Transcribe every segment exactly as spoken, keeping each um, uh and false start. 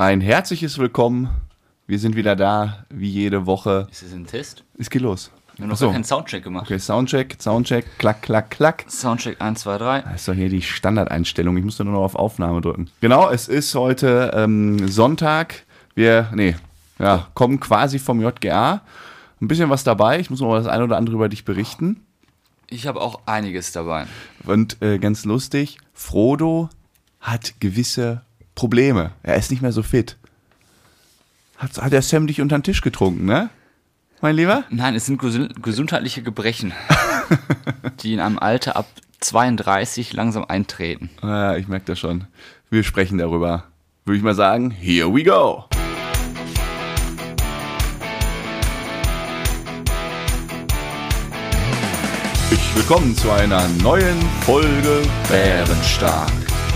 Ein herzliches Willkommen. Wir sind wieder da, wie jede Woche. Ist das ein Test? Es geht los. Wir haben noch so. gar keinen Soundcheck gemacht. Okay, Soundcheck, Soundcheck, klack, klack, klack. Soundcheck eins, zwei, drei. Das ist doch hier die Standardeinstellung. Ich muss nur noch auf Aufnahme drücken. Genau, es ist heute ähm, Sonntag. Wir, nee, ja, kommen quasi vom J G A. Ein bisschen was dabei. Ich muss noch mal das eine oder andere über dich berichten. Ich habe auch einiges dabei. Und äh, ganz lustig, Frodo hat gewisse Probleme. Er ist nicht mehr so fit. Hat, hat der Sam dich unter den Tisch getrunken, ne? Mein Lieber? Nein, es sind gesund- gesundheitliche Gebrechen, die in einem Alter ab zweiunddreißig langsam eintreten. Ja, ich merke das schon. Wir sprechen darüber. Würde ich mal sagen, here we go. Willkommen zu einer neuen Folge Bärenstark.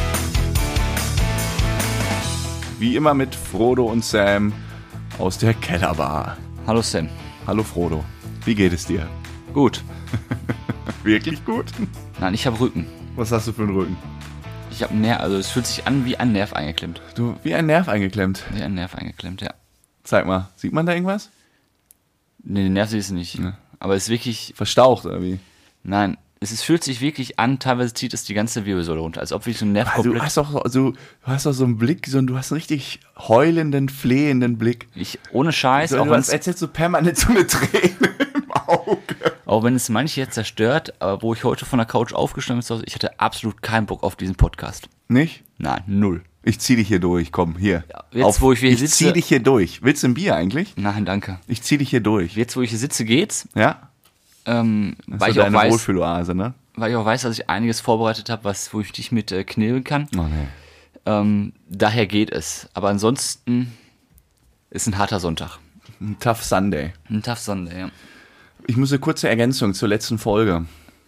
Wie immer mit Frodo und Sam aus der Kellerbar. Hallo Sam. Hallo Frodo. Wie geht es dir? Gut. Wirklich gut? Nein, ich habe Rücken. Was hast du für einen Rücken? Ich habe einen Nerv, also es fühlt sich an wie ein Nerv eingeklemmt. Du, wie ein Nerv eingeklemmt? Wie ein Nerv eingeklemmt, ja. Zeig mal, sieht man da irgendwas? Nee, den Nerv siehst du nicht. Ja. Aber es ist wirklich... Verstaucht oder wie? Nein, es ist, fühlt sich wirklich an, teilweise zieht es die ganze Wirbelsäule runter, als ob wirklich so ein Nerv Also, komplett... du hast doch so, du hast doch so einen Blick, so, du hast einen richtig heulenden, flehenden Blick. Ich, ohne Scheiß, So, auch du wenn hast erzählst so permanent so eine Träne im Auge. Auch wenn es manche jetzt zerstört, aber wo ich heute von der Couch aufgestanden bin, ich hatte absolut keinen Bock auf diesen Podcast. Nicht? Nein, null. Ich zieh dich hier durch, komm, hier. Ja, jetzt, auf, wo ich hier ich sitze- zieh dich hier durch. Willst du ein Bier eigentlich? Nein, danke. Ich zieh dich hier durch. Jetzt, wo ich hier sitze, geht's. Ja? Ähm, Das weil, ist ich auch deine weiß, Wohlfühloase, ne? weil ich auch weiß, dass ich einiges vorbereitet habe, was, wo ich dich mit äh, knebeln kann. Oh nee. Ähm, daher geht es. Aber ansonsten ist ein harter Sonntag. Ein Tough Sunday. Ein tough Sunday, ja. Ich muss eine kurze Ergänzung zur letzten Folge.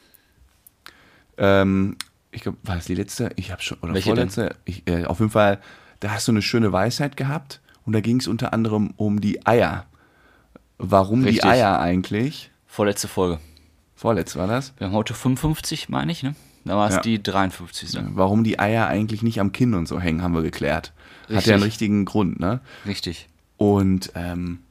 Ähm, ich glaube, war das die letzte? Ich habe schon, oder Welche vorletzte? Ich, äh, auf jeden Fall, da hast du eine schöne Weisheit gehabt und da ging es unter anderem um die Eier. Warum Richtig. die Eier eigentlich? Vorletzte Folge. Vorletzte war das? Wir haben heute fünfundfünfzig, meine ich, ne? Da war es Ja. die dreiundfünfzigste. Warum die Eier eigentlich nicht am Kinn und so hängen, haben wir geklärt. Hat Richtig. ja einen richtigen Grund, ne? Richtig. Und ähm,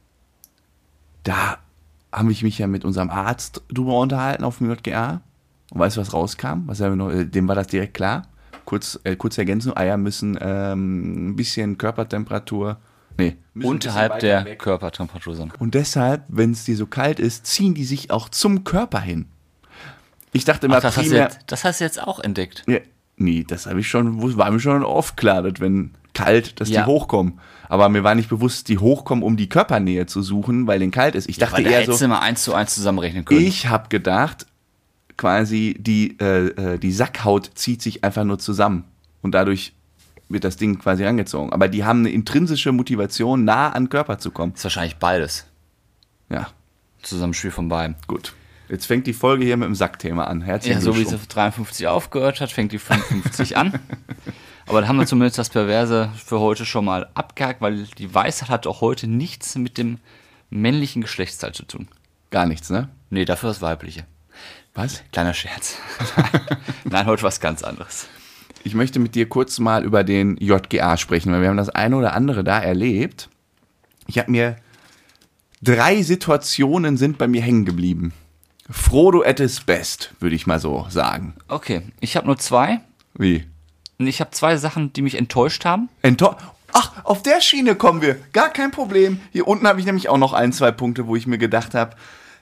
da habe ich mich ja mit unserem Arzt drüber unterhalten auf dem J G A. Und weißt du, was rauskam? Was haben wir noch, äh, dem war das direkt klar. Kurz, äh, kurze Ergänzung, Eier müssen ähm, ein bisschen Körpertemperatur, nee, müssen ein Unterhalb bisschen der weiter weg. Körpertemperatur sein. Und deshalb, wenn es dir so kalt ist, ziehen die sich auch zum Körper hin. Ich dachte immer Ach, das, hast du primär... jetzt, das hast du jetzt auch entdeckt. Ja, nee, das habe ich schon, war mir schon oft klar, dass wenn kalt, dass Ja. die hochkommen. Aber mir war nicht bewusst, die hochkommen, um die Körpernähe zu suchen, weil denen kalt ist. Ich dachte Aber da eher hättest so, du mal eins zu eins zusammenrechnen können. ich habe gedacht, quasi die, äh, äh, die Sackhaut zieht sich einfach nur zusammen und dadurch wird das Ding quasi angezogen. Aber die haben eine intrinsische Motivation, nah an den Körper zu kommen. ist wahrscheinlich beides. Ja, Zusammenspiel von beiden. gut. Jetzt fängt die Folge hier mit dem Sackthema an. Herzlichen Ja, so wie Glückwunsch. sie dreiundfünfzig aufgehört hat, fängt die fünfundfünfzig an. Aber da haben wir zumindest das Perverse für heute schon mal abgehakt, weil die Weisheit hat auch heute nichts mit dem männlichen Geschlechtsteil zu tun. Gar nichts, ne? Nee, dafür das weibliche. Was? Kleiner Scherz. Nein, heute was ganz anderes. Ich möchte mit dir kurz mal über den J G A sprechen, weil wir haben das eine oder andere da erlebt. Ich habe mir, drei Situationen sind bei mir hängen geblieben. Frodo at his best, würde ich mal so sagen. Okay, ich habe nur zwei. Wie? Und ich habe zwei Sachen, die mich enttäuscht haben. Enttäu- Ach, auf der Schiene kommen wir. Gar kein Problem. Hier unten habe ich nämlich auch noch ein, zwei Punkte, wo ich mir gedacht habe,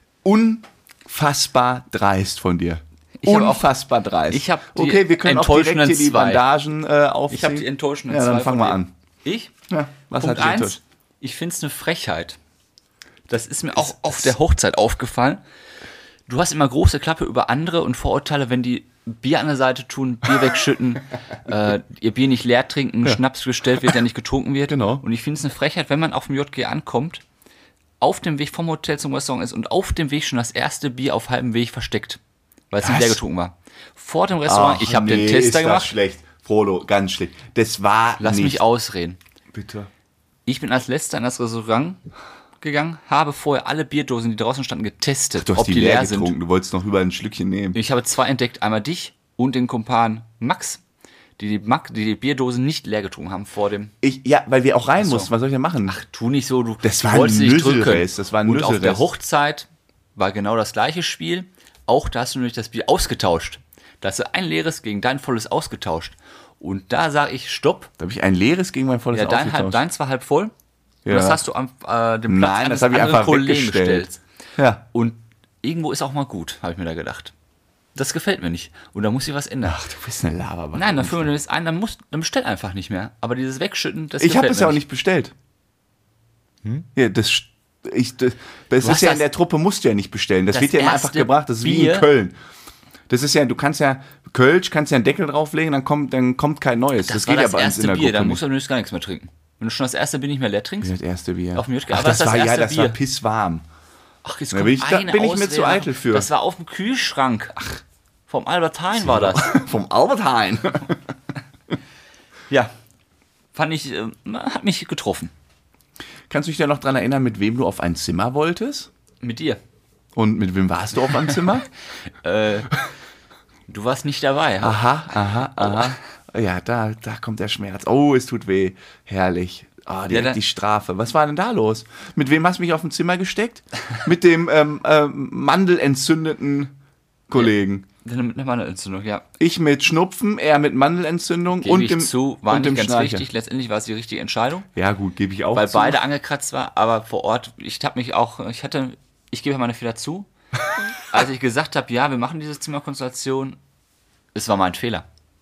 unfassbar dreist von dir. Ich hab auch- Unfassbar dreist. ich hab die okay, wir können auch direkt enttäuschenden hier die zwei. Bandagen äh, aufziehen. Ich habe die enttäuschenden Ja, dann zwei fangen von wir dir. an. Ich? Ja, was Punkt hat dich eins, enttäuscht? ich finde es eine Frechheit. Das ist mir auch auf der Hochzeit aufgefallen. Du hast immer große Klappe über andere und Vorurteile, wenn die Bier an der Seite tun, Bier wegschütten, äh, ihr Bier nicht leer trinken, Schnaps gestellt wird, der nicht getrunken wird. Genau. Und ich finde es eine Frechheit, wenn man auf dem J G ankommt, auf dem Weg vom Hotel zum Restaurant ist und auf dem Weg schon das erste Bier auf halbem Weg versteckt, weil es nicht Was? leer getrunken war. Vor dem Restaurant, Ach, ich habe nee, den Tester ist gemacht. Das schlecht. Frodo, ganz schlecht. Das war Lass nicht. mich ausreden. Bitte. Ich bin als letzter in das Restaurant gegangen, habe vorher alle Bierdosen, die draußen standen, getestet, Du hast ob die die leer leer sind. getrunken. Du wolltest noch über ein Schlückchen nehmen. Ich habe zwei entdeckt, einmal dich und den Kumpan Max. die die, Mack, die die Bierdose nicht leer getrunken haben vor dem... Ich, ja, weil wir auch rein Ach so. mussten. Was soll ich denn machen? Ach, tu nicht so, du Das war du wolltest ein nicht drücken. Nüsselrest, das war ein Und auf der Nüsselrest. Hochzeit war genau das gleiche Spiel. Auch da hast du nämlich das Bier ausgetauscht. Da hast du ein leeres gegen dein volles ausgetauscht. Und da sage ich, stopp. Da habe ich ein leeres gegen mein volles Ja, dein, halb, ausgetauscht. deins war halb voll. Ja. Und das hast du am äh, dem Platz Nein, eines das habe ich anderen einfach Kollegen weggestellt. gestellt. Ja. Und irgendwo ist auch mal gut, habe ich mir da gedacht. Das gefällt mir nicht. Und da muss ich was ändern. Ach, du bist eine Laberbacke. Nein, dann führen wir das ein, dann, muss, dann bestell einfach nicht mehr. Aber dieses Wegschütten, das Ich habe gefällt es mir ja auch nicht bestellt. Hm? Ja, das, ich, das, das ist hast ja das- in der Truppe, musst du ja nicht bestellen. Das, das wird ja immer einfach erste gebracht. Das ist wie Bier- in Köln. Das ist ja, du kannst ja, Kölsch, kannst ja einen Deckel drauflegen, dann kommt, dann kommt kein neues. Das, Das, geht war ja das bei uns in erste der Bier, Gruppe dann nicht. musst du nämlich gar nichts mehr trinken. Wenn du schon das erste Bier nicht mehr leer trinkst. Das erste Bier. Auf dem J G. Ach, Aber das, das ist war, das ja, erste das war Bier. pisswarm. Ach, jetzt Da kommt bin ich- da eine bin ich mir zu Ausleger. eitel für. Das war auf dem Kühlschrank. Ach. Vom Albert Heijn war das. Vom Albert Heijn. Ja. Fand ich, äh, hat mich getroffen. Kannst du dich da noch dran erinnern, mit wem du auf ein Zimmer wolltest? Mit dir. Und mit wem warst du auf einem Zimmer? Äh, du warst nicht dabei. ha? Aha, aha, aha. Ja, da, da kommt der Schmerz. Oh, es tut weh. Herrlich. Oh, direkt dann- die Strafe. Was war denn da los? Mit wem hast du mich auf dem Zimmer gesteckt? Mit dem ähm, ähm, mandelentzündeten Kollegen. Dann mit einer Mandelentzündung, ja. Ich mit Schnupfen, er mit Mandelentzündung Gebe und ich dem, zu, war und dem nicht ganz Schnarcher. richtig. Letztendlich war es die richtige Entscheidung, Ja, gut, gebe ich auch weil zu. beide angekratzt war, aber vor Ort, ich habe mich auch, ich hatte, ich gebe ja meine Fehler zu. Als ich gesagt habe, ja, wir machen diese Zimmerkonstellation, es war mein Fehler.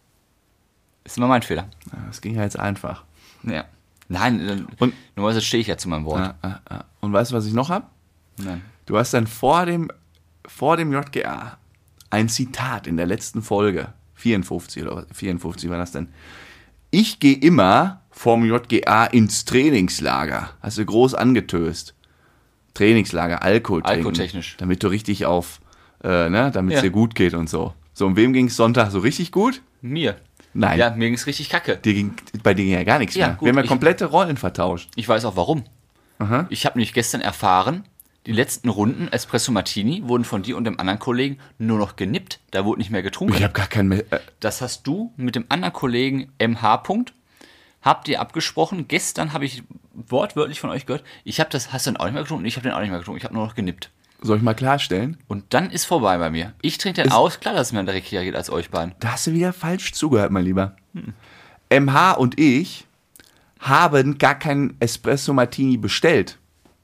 Es war mein Fehler. Ja, das ging ja jetzt einfach. Ja. Nein, äh, Und- normalerweise stehe ich ja zu meinem Wort. Ja, ja, ja. Und weißt du, was ich noch habe? Nein. Du hast dann vor dem, vor dem J G A ein Zitat in der letzten Folge, vierundfünfzig oder was, vierundfünfzig war das denn. Ich gehe immer vom J G A ins Trainingslager. Hast du groß angetöst. Trainingslager, Alkohol trinken. Alkotechnisch. Damit du richtig auf, äh, ne, damit es Ja. dir gut geht und so. So, und wem ging es Sonntag so richtig gut? Mir. Nein. Ja, mir ging es richtig kacke. Dir ging, bei dir ging ja gar nichts Ja, mehr. gut, Wir haben ja ich- komplette Rollen vertauscht. Ich weiß auch warum. Aha. Ich habe nämlich gestern erfahren, die letzten Runden Espresso Martini wurden von dir und dem anderen Kollegen nur noch genippt. Da wurde nicht mehr getrunken. Ich habe gar keinen mehr. Äh, Das hast du mit dem anderen Kollegen M H. Punkt, habt ihr abgesprochen. Gestern habe ich wortwörtlich von euch gehört, ich habe das, hast du den auch nicht mehr getrunken? Ich habe den auch nicht mehr getrunken. Ich habe nur noch genippt. soll ich mal klarstellen? Und dann ist vorbei bei mir. Ich trinke den aus. Klar, dass es mir dreckiger geht als euch beiden. Da hast du wieder falsch zugehört, mein Lieber. M H und ich haben gar keinen Espresso Martini bestellt.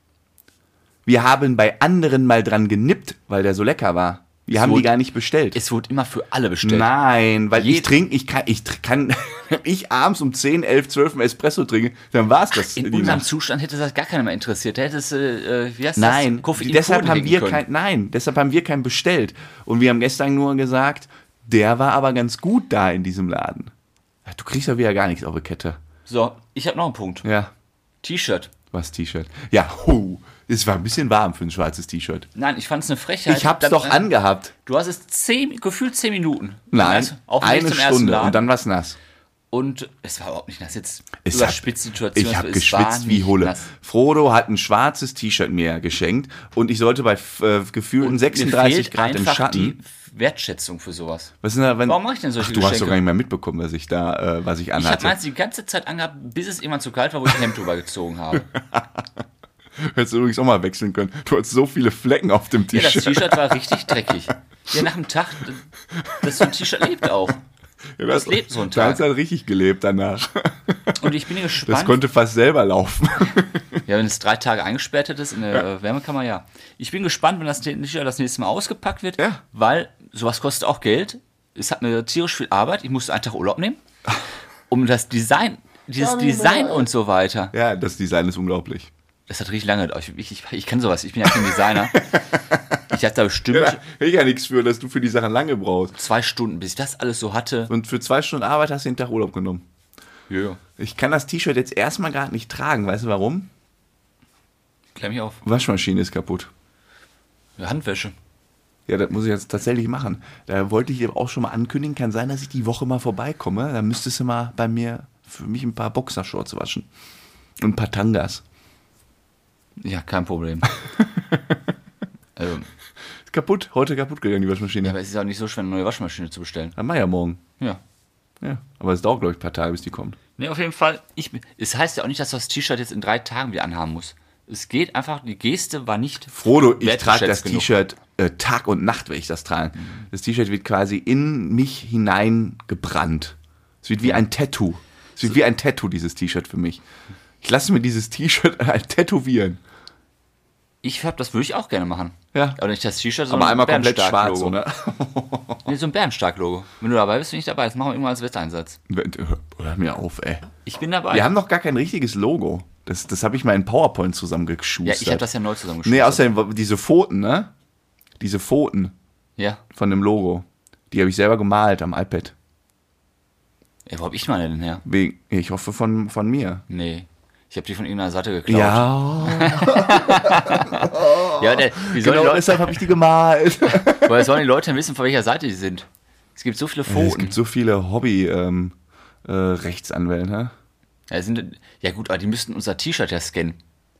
Wir haben bei anderen mal dran genippt, weil der so lecker war. Wir Es haben die wurde- gar nicht bestellt. Es wurde immer für alle bestellt. Nein, weil ich Jed- trinke, ich kann, ich tr- kann, wenn ich abends um zehn, elf, zwölf einen Espresso trinke, dann war es das. In die unserem Nacht. Zustand hätte das gar keiner mehr interessiert. Da hätte es, äh, äh, wie heißt Nein, das? Koffein deshalb Kohle haben legen wir können. kein, nein, deshalb haben wir keinen bestellt. Und wir haben gestern nur gesagt, der war aber ganz gut da in diesem Laden. Ja, du kriegst ja wieder gar nichts auf die Kette. So, ich habe noch einen Punkt. Ja, T-Shirt. was T-Shirt? Ja, hu, es war ein bisschen warm für ein schwarzes T-Shirt. Nein, ich fand es eine Frechheit. Ich hab's Dann- doch angehabt. Du hast es zehn, gefühlt zehn Minuten. Nein, Also, auf dem Weg eine zum ersten Stunde Laden. und dann war's nass. Und es war überhaupt nicht nass. Jetzt Es überspitzt die Situation. Ich also habe es war geschwitzt wie nicht Hulle. nass. Frodo hat ein schwarzes T-Shirt mir geschenkt und ich sollte bei äh, gefühlten Mir sechsunddreißig fehlt Grad im einfach Schatten. die Wertschätzung für sowas. Was ist denn da, wenn, Warum mache ich denn solche Ach, du hast doch Geschenke? gar nicht mehr mitbekommen, was ich da, äh, was ich Ich habe anhatte. meins die ganze Zeit angehabt, bis es irgendwann zu kalt war, wo ich ein Hemd drüber gezogen habe. Hättest du übrigens auch mal wechseln können. Du hast so viele Flecken auf dem Ja, das T-Shirt. T-Shirt war richtig dreckig. Ja, nach dem Tag, das so ein T-Shirt lebt auch. Ja, das lebt so ein Da Tag. hat halt richtig gelebt danach. Und ich bin Das gespannt. konnte fast selber laufen. Ja, wenn es drei Tage eingesperrt ist in der ja. Wärmekammer, ja. Ich bin gespannt, wenn das T-Shirt das nächste Mal ausgepackt wird, Ja. weil sowas kostet auch Geld. Es hat mir tierisch viel Arbeit. Ich musste einen Tag Urlaub nehmen, um das Design, dieses Design und so weiter. Ja, das Design ist unglaublich. Das hat richtig lange gedauert. Ich, ich, ich kann sowas. Ich bin ja kein Designer. Ich hatte da bestimmt Ja, hätte ich ja nichts für, dass du für die Sachen lange brauchst. zwei Stunden, bis ich das alles so hatte. Und für zwei Stunden Arbeit hast du den Tag Urlaub genommen. Ja. Ich kann das T-Shirt jetzt erstmal gerade nicht tragen. Weißt du warum? Klär mich auf. Waschmaschine ist kaputt. Ja, Handwäsche. Ja, das muss ich jetzt tatsächlich machen. Da wollte ich dir auch schon mal ankündigen. Kann sein, dass ich die Woche mal vorbeikomme. Da müsstest du mal bei mir für mich ein paar Boxershorts waschen. Und ein paar Tangas. Ja, kein Problem. also, Ist kaputt. Heute kaputt gegangen, die Waschmaschine. ja, aber es ist auch nicht so schwer, eine neue Waschmaschine zu bestellen. Dann mach ja morgen. Ja. Ja, aber es dauert, glaube ich, ein paar Tage, bis die kommt. Nee, auf jeden Fall. Ich, es heißt ja auch nicht, dass du das T-Shirt jetzt in drei Tagen wieder anhaben musst. Es geht einfach, die Geste war nicht Frodo, ich trage das wertgeschätzt genug. T-Shirt äh, Tag und Nacht, werde ich das tragen. Mhm. Das T-Shirt wird quasi in mich hineingebrannt. Es wird wie ein Tattoo. Es wird wie ein Tattoo, dieses T-Shirt für mich. Ich lasse mir dieses T-Shirt halt tätowieren. Ich hab, das würde ich auch gerne machen. Ja. Aber nicht das T-Shirt, Aber sondern einmal ein komplett schwarz, Bärenstark-Logo. so, ne? Nee, so ein Bärenstark-Logo. Wenn du dabei bist, bin ich dabei. Das machen wir irgendwann als Wetteinsatz. Hör mir auf, ey. Ich bin dabei. Wir haben noch gar kein richtiges Logo. Das, das habe ich mal in PowerPoint zusammengeschustert. ja, ich habe das ja neu zusammengeschustert. Nee, außerdem diese Pfoten, ne? Diese Pfoten Ja. von dem Logo. Die habe ich selber gemalt am iPad. Ey, wo hab ich meine denn her? Wegen, ich hoffe von, von mir. Nee. Ich habe die von irgendeiner Seite geklaut. Ja, Ja, der, wie sollen genau die Leute, deshalb habe ich die gemalt. woher sollen die Leute denn wissen, von welcher Seite die sind? Es gibt so viele Es Pfoten. gibt so viele Hobby-Rechtsanwälte, ähm, äh, ne? Ja, sind, ja gut, aber die müssten unser T-Shirt ja scannen.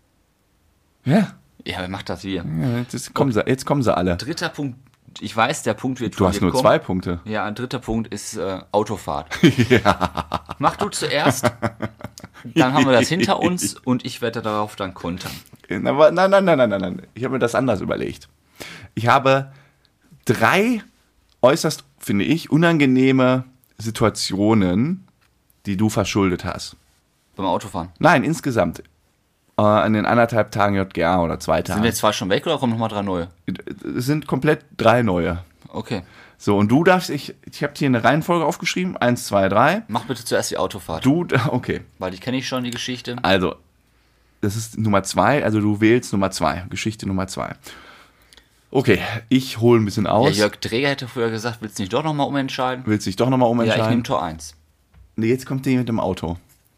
Ja. Ja, wer macht das? Wir. ja jetzt, kommen sie, jetzt kommen sie alle. Dritter Punkt. Ich weiß, der Punkt wird Du von hast dir nur kommen. zwei Punkte. Ja, ein dritter Punkt ist äh, Autofahrt. Mach du zuerst, dann haben wir das hinter uns und ich werde darauf dann kontern. Aber nein, nein, nein, nein, nein, nein. Ich habe mir das anders überlegt. Ich habe drei äußerst, finde ich, unangenehme Situationen, die du verschuldet hast. Beim Autofahren. Nein, insgesamt. Äh, in den anderthalb Tagen J G A oder zwei Sind Tagen. wir jetzt zwei schon weg oder kommen nochmal drei neue? Es sind komplett drei neue. Okay. So, und du darfst, ich, ich habe hier eine Reihenfolge aufgeschrieben. Eins, zwei, drei. Mach bitte zuerst die Autofahrt. Du, okay. Weil die kenne ich schon, die Geschichte. Also, das ist Nummer zwei. Also, du wählst Nummer zwei. Geschichte Nummer zwei. Okay, ich hole ein bisschen Ja, aus. Jörg Träger hätte früher gesagt, willst du nicht doch nochmal umentscheiden? Willst dich doch nochmal Ja, ich umentscheiden? nehme Tor eins. Nee, jetzt kommt der mit dem Auto.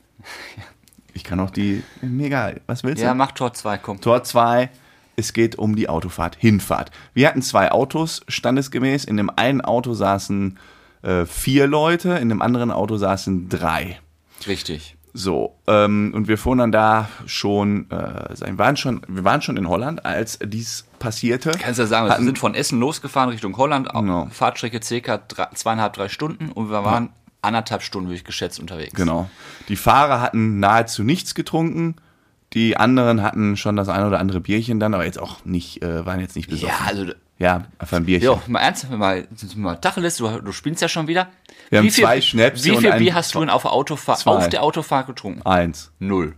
Ich kann auch die. Mir egal. Was willst du? Ja, mach Tor zwei, komm. Tor zwei. Es geht um die Autofahrt, Hinfahrt. Wir hatten zwei Autos, standesgemäß. In dem einen Auto saßen äh, vier Leute, in dem anderen Auto saßen drei. Richtig. So, ähm, und wir fuhren dann da schon, äh, wir waren schon, wir waren schon in Holland, als dies passierte. Kannst du ja sagen, wir Hatten- sind von Essen losgefahren Richtung Holland, Genau. Fahrtstrecke circa drei, zweieinhalb, drei Stunden und wir waren anderthalb Stunden, würde ich geschätzt, unterwegs. Genau. Die Fahrer hatten nahezu nichts getrunken. Die anderen hatten schon das eine oder andere Bierchen dann, aber jetzt auch nicht, äh, waren jetzt nicht besoffen. Ja, also, Ja, einfach ein Bierchen. jo, mal ernst, mal, mal Tacheles, du, du spielst ja schon wieder. Wir haben Wie viel- zwei Schnäpse Wie und viel ein- Bier hast du denn auf, der Autofahr- Zwei. auf der Autofahrt getrunken? Eins. Null.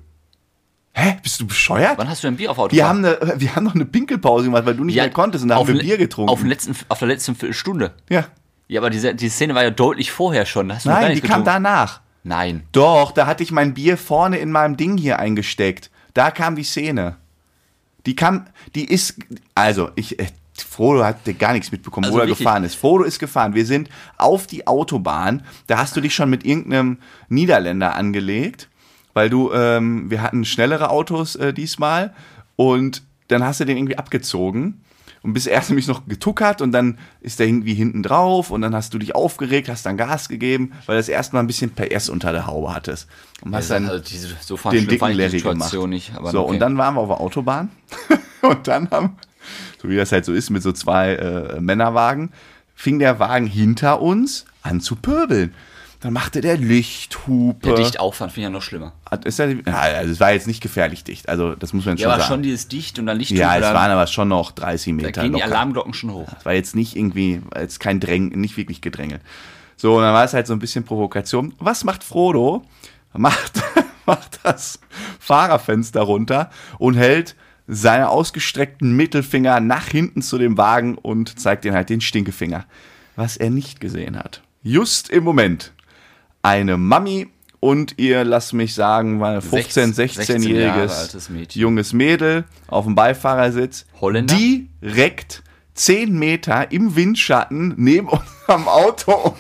Hä? Bist du bescheuert? Wann hast du denn Bier auf der Autofahrt? Wir haben, eine, wir haben noch eine Pinkelpause gemacht, weil du nicht Ja, mehr konntest und da haben auf wir le- Bier getrunken. Auf, den letzten, auf der letzten Viertelstunde. ja. Ja, aber diese, die Szene war ja deutlich vorher schon. Da hast du noch gar Nein, die nicht kam getrunken. danach. Nein. Doch, da hatte ich mein Bier vorne in meinem Ding hier eingesteckt. Da kam die Szene. Die kam, die ist, also ich, äh, Frodo hat gar nichts mitbekommen, Also wo er wirklich? gefahren ist. Frodo ist gefahren. Wir sind auf die Autobahn. Da hast du dich schon mit irgendeinem Niederländer angelegt, weil du, ähm, wir hatten schnellere Autos äh, diesmal und dann hast du den irgendwie abgezogen. Und bis er erst nämlich noch getuckert und dann ist der irgendwie hinten drauf und dann hast du dich aufgeregt, hast dann Gas gegeben, weil du das erstmal ein bisschen P S unter der Haube hattest. Und hast dann also diese, so den schlimm dicken fand ich die Larry gemacht. Situation nicht. Aber So, okay. und dann waren wir auf der Autobahn und dann haben, so wie das halt so ist mit so zwei äh, Männerwagen, fing der Wagen hinter uns an zu pöbeln. Dann machte der Lichthupe. Der dicht auffahren, finde ich ja noch schlimmer. Hat- Ist ja, ja, also es war jetzt nicht gefährlich dicht, also das muss man Ja, schon aber sagen. schon dieses dicht und dann Licht. Ja, es waren aber schon noch dreißig Da Meter gehen die locker. Alarmglocken schon hoch. Es war jetzt nicht irgendwie, war jetzt kein Dräng, nicht wirklich gedrängelt. So, und dann war es halt so ein bisschen Provokation. Was macht Frodo? Macht, macht das Fahrerfenster runter und hält seine ausgestreckten Mittelfinger nach hinten zu dem Wagen und zeigt ihm halt den Stinkefinger. Was er nicht gesehen hat. Just im Moment eine Mami und ihr, lasst mich sagen, war eine fünfzehn-, sechzehn sechzehnjähriges Jahre altes Mädchen. junges Mädel auf dem Beifahrersitz. Holländer? Direkt zehn Meter im Windschatten neben unserem Auto und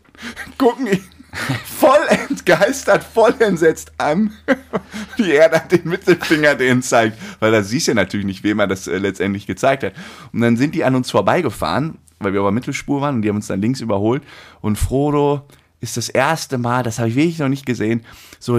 gucken ihn voll entgeistert, voll entsetzt an, wie er dann den Mittelfinger denen zeigt. Weil da siehst du ja natürlich nicht, wem er das äh, letztendlich gezeigt hat. Und dann sind die an uns vorbeigefahren, weil wir auf der Mittelspur waren und die haben uns dann links überholt. Und Frodo ist das erste Mal, das habe ich wirklich noch nicht gesehen, so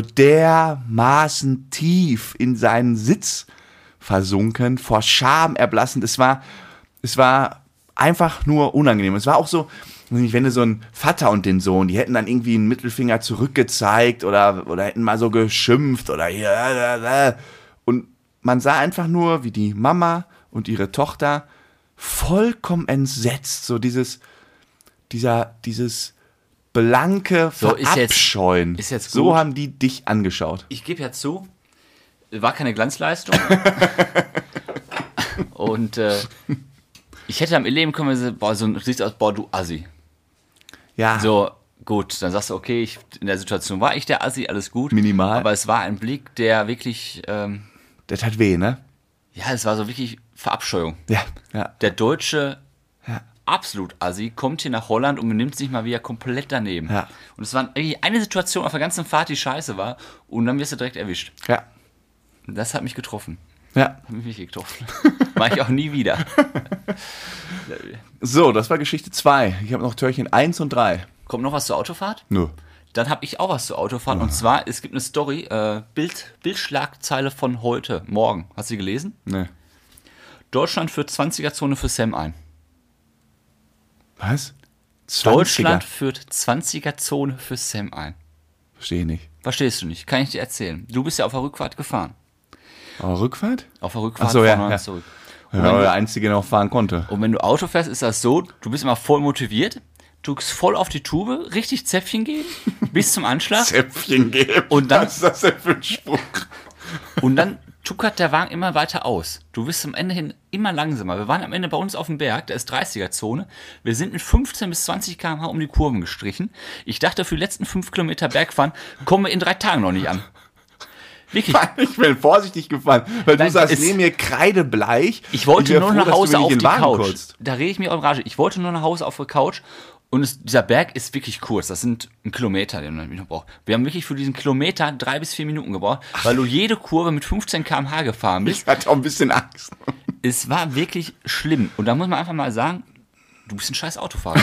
dermaßen tief in seinen Sitz versunken, vor Scham erblassend. Es war, es war einfach nur unangenehm. Es war auch so, wenn du so ein Vater und den Sohn, die hätten dann irgendwie einen Mittelfinger zurückgezeigt oder, oder hätten mal so geschimpft oder hier. Und man sah einfach nur, wie die Mama und ihre Tochter vollkommen entsetzt, so dieses, dieser, dieses blanke So, ist jetzt- Verabscheuen. ist jetzt so gut. haben die dich angeschaut. Ich gebe ja zu, war keine Glanzleistung. Und äh, ich hätte am Leben können, wir, boah, so ein sieht aus, boah, du Assi. Ja, So, gut, dann sagst du, okay, ich, in der Situation war ich der Assi, alles gut. Minimal. Aber es war ein Blick, der wirklich, ähm, das hat weh, ne? ja, es war so wirklich Verabscheuung. Ja, ja. Der deutsche Ja. absolut Assi kommt hier nach Holland und benimmt sich mal wieder komplett daneben. Ja. Und es war irgendwie eine Situation auf der ganzen Fahrt, die scheiße war, und dann wirst du direkt erwischt. Ja, Das hat mich getroffen. ja. Hat mich wirklich getroffen. Mach ich auch nie wieder. So, das war Geschichte zwei. Ich habe noch Türchen eins und drei. Kommt noch was zur Autofahrt? Nö. Dann habe ich auch was zur Autofahrt. Und zwar, es gibt eine Story, äh, Bild, Bildschlagzeile von heute, morgen. Hast du sie gelesen? Ne. Deutschland führt zwanziger-Zone für Sam ein. Was? Deutschland zwanziger? führt zwanziger-Zone für Sam ein. Verstehe nicht. Verstehst du nicht? Kann ich dir erzählen. Du bist ja auf der Rückfahrt gefahren. Aber Rückfahrt? Auf der Rückfahrt Ach so, ja, von ja. zurück. Ja, Und weil wenn, der du, Einzige, der noch fahren konnte. und wenn du Auto fährst, ist das so, du bist immer voll motiviert, drückst voll auf die Tube, richtig Zäpfchen geben, bis zum Anschlag. Zäpfchen geben. Und dann- Was ist das denn für ein Spruch? Und dann tuckert der Wagen immer weiter aus. Du wirst am Ende hin immer langsamer. Wir waren am Ende bei uns auf dem Berg, da ist dreißiger-Zone. Wir sind mit fünfzehn bis zwanzig Kilometer pro Stunde um die Kurven gestrichen. Ich dachte, für die letzten fünf Kilometer Bergfahren kommen wir in drei Tagen noch nicht an. Wirklich. Ich bin vorsichtig gefahren, weil Nein, du saßt es- neben mir kreidebleich. Ich wollte wär nur froh, nach dass du Hause mir nicht auf in die den Wagen Couch. kotzt. Da rede ich mir auch in Rage. Ich wollte nur nach Hause auf die Couch. Und es, dieser Berg ist wirklich kurz. Das sind ein Kilometer, den man noch braucht. Wir haben wirklich für diesen Kilometer drei bis vier Minuten gebraucht, weil du jede Kurve mit fünfzehn Kilometer pro Stunde gefahren bist. Ich hatte auch ein bisschen Angst. Es war wirklich schlimm. Und da muss man einfach mal sagen, du bist ein scheiß Autofahrer.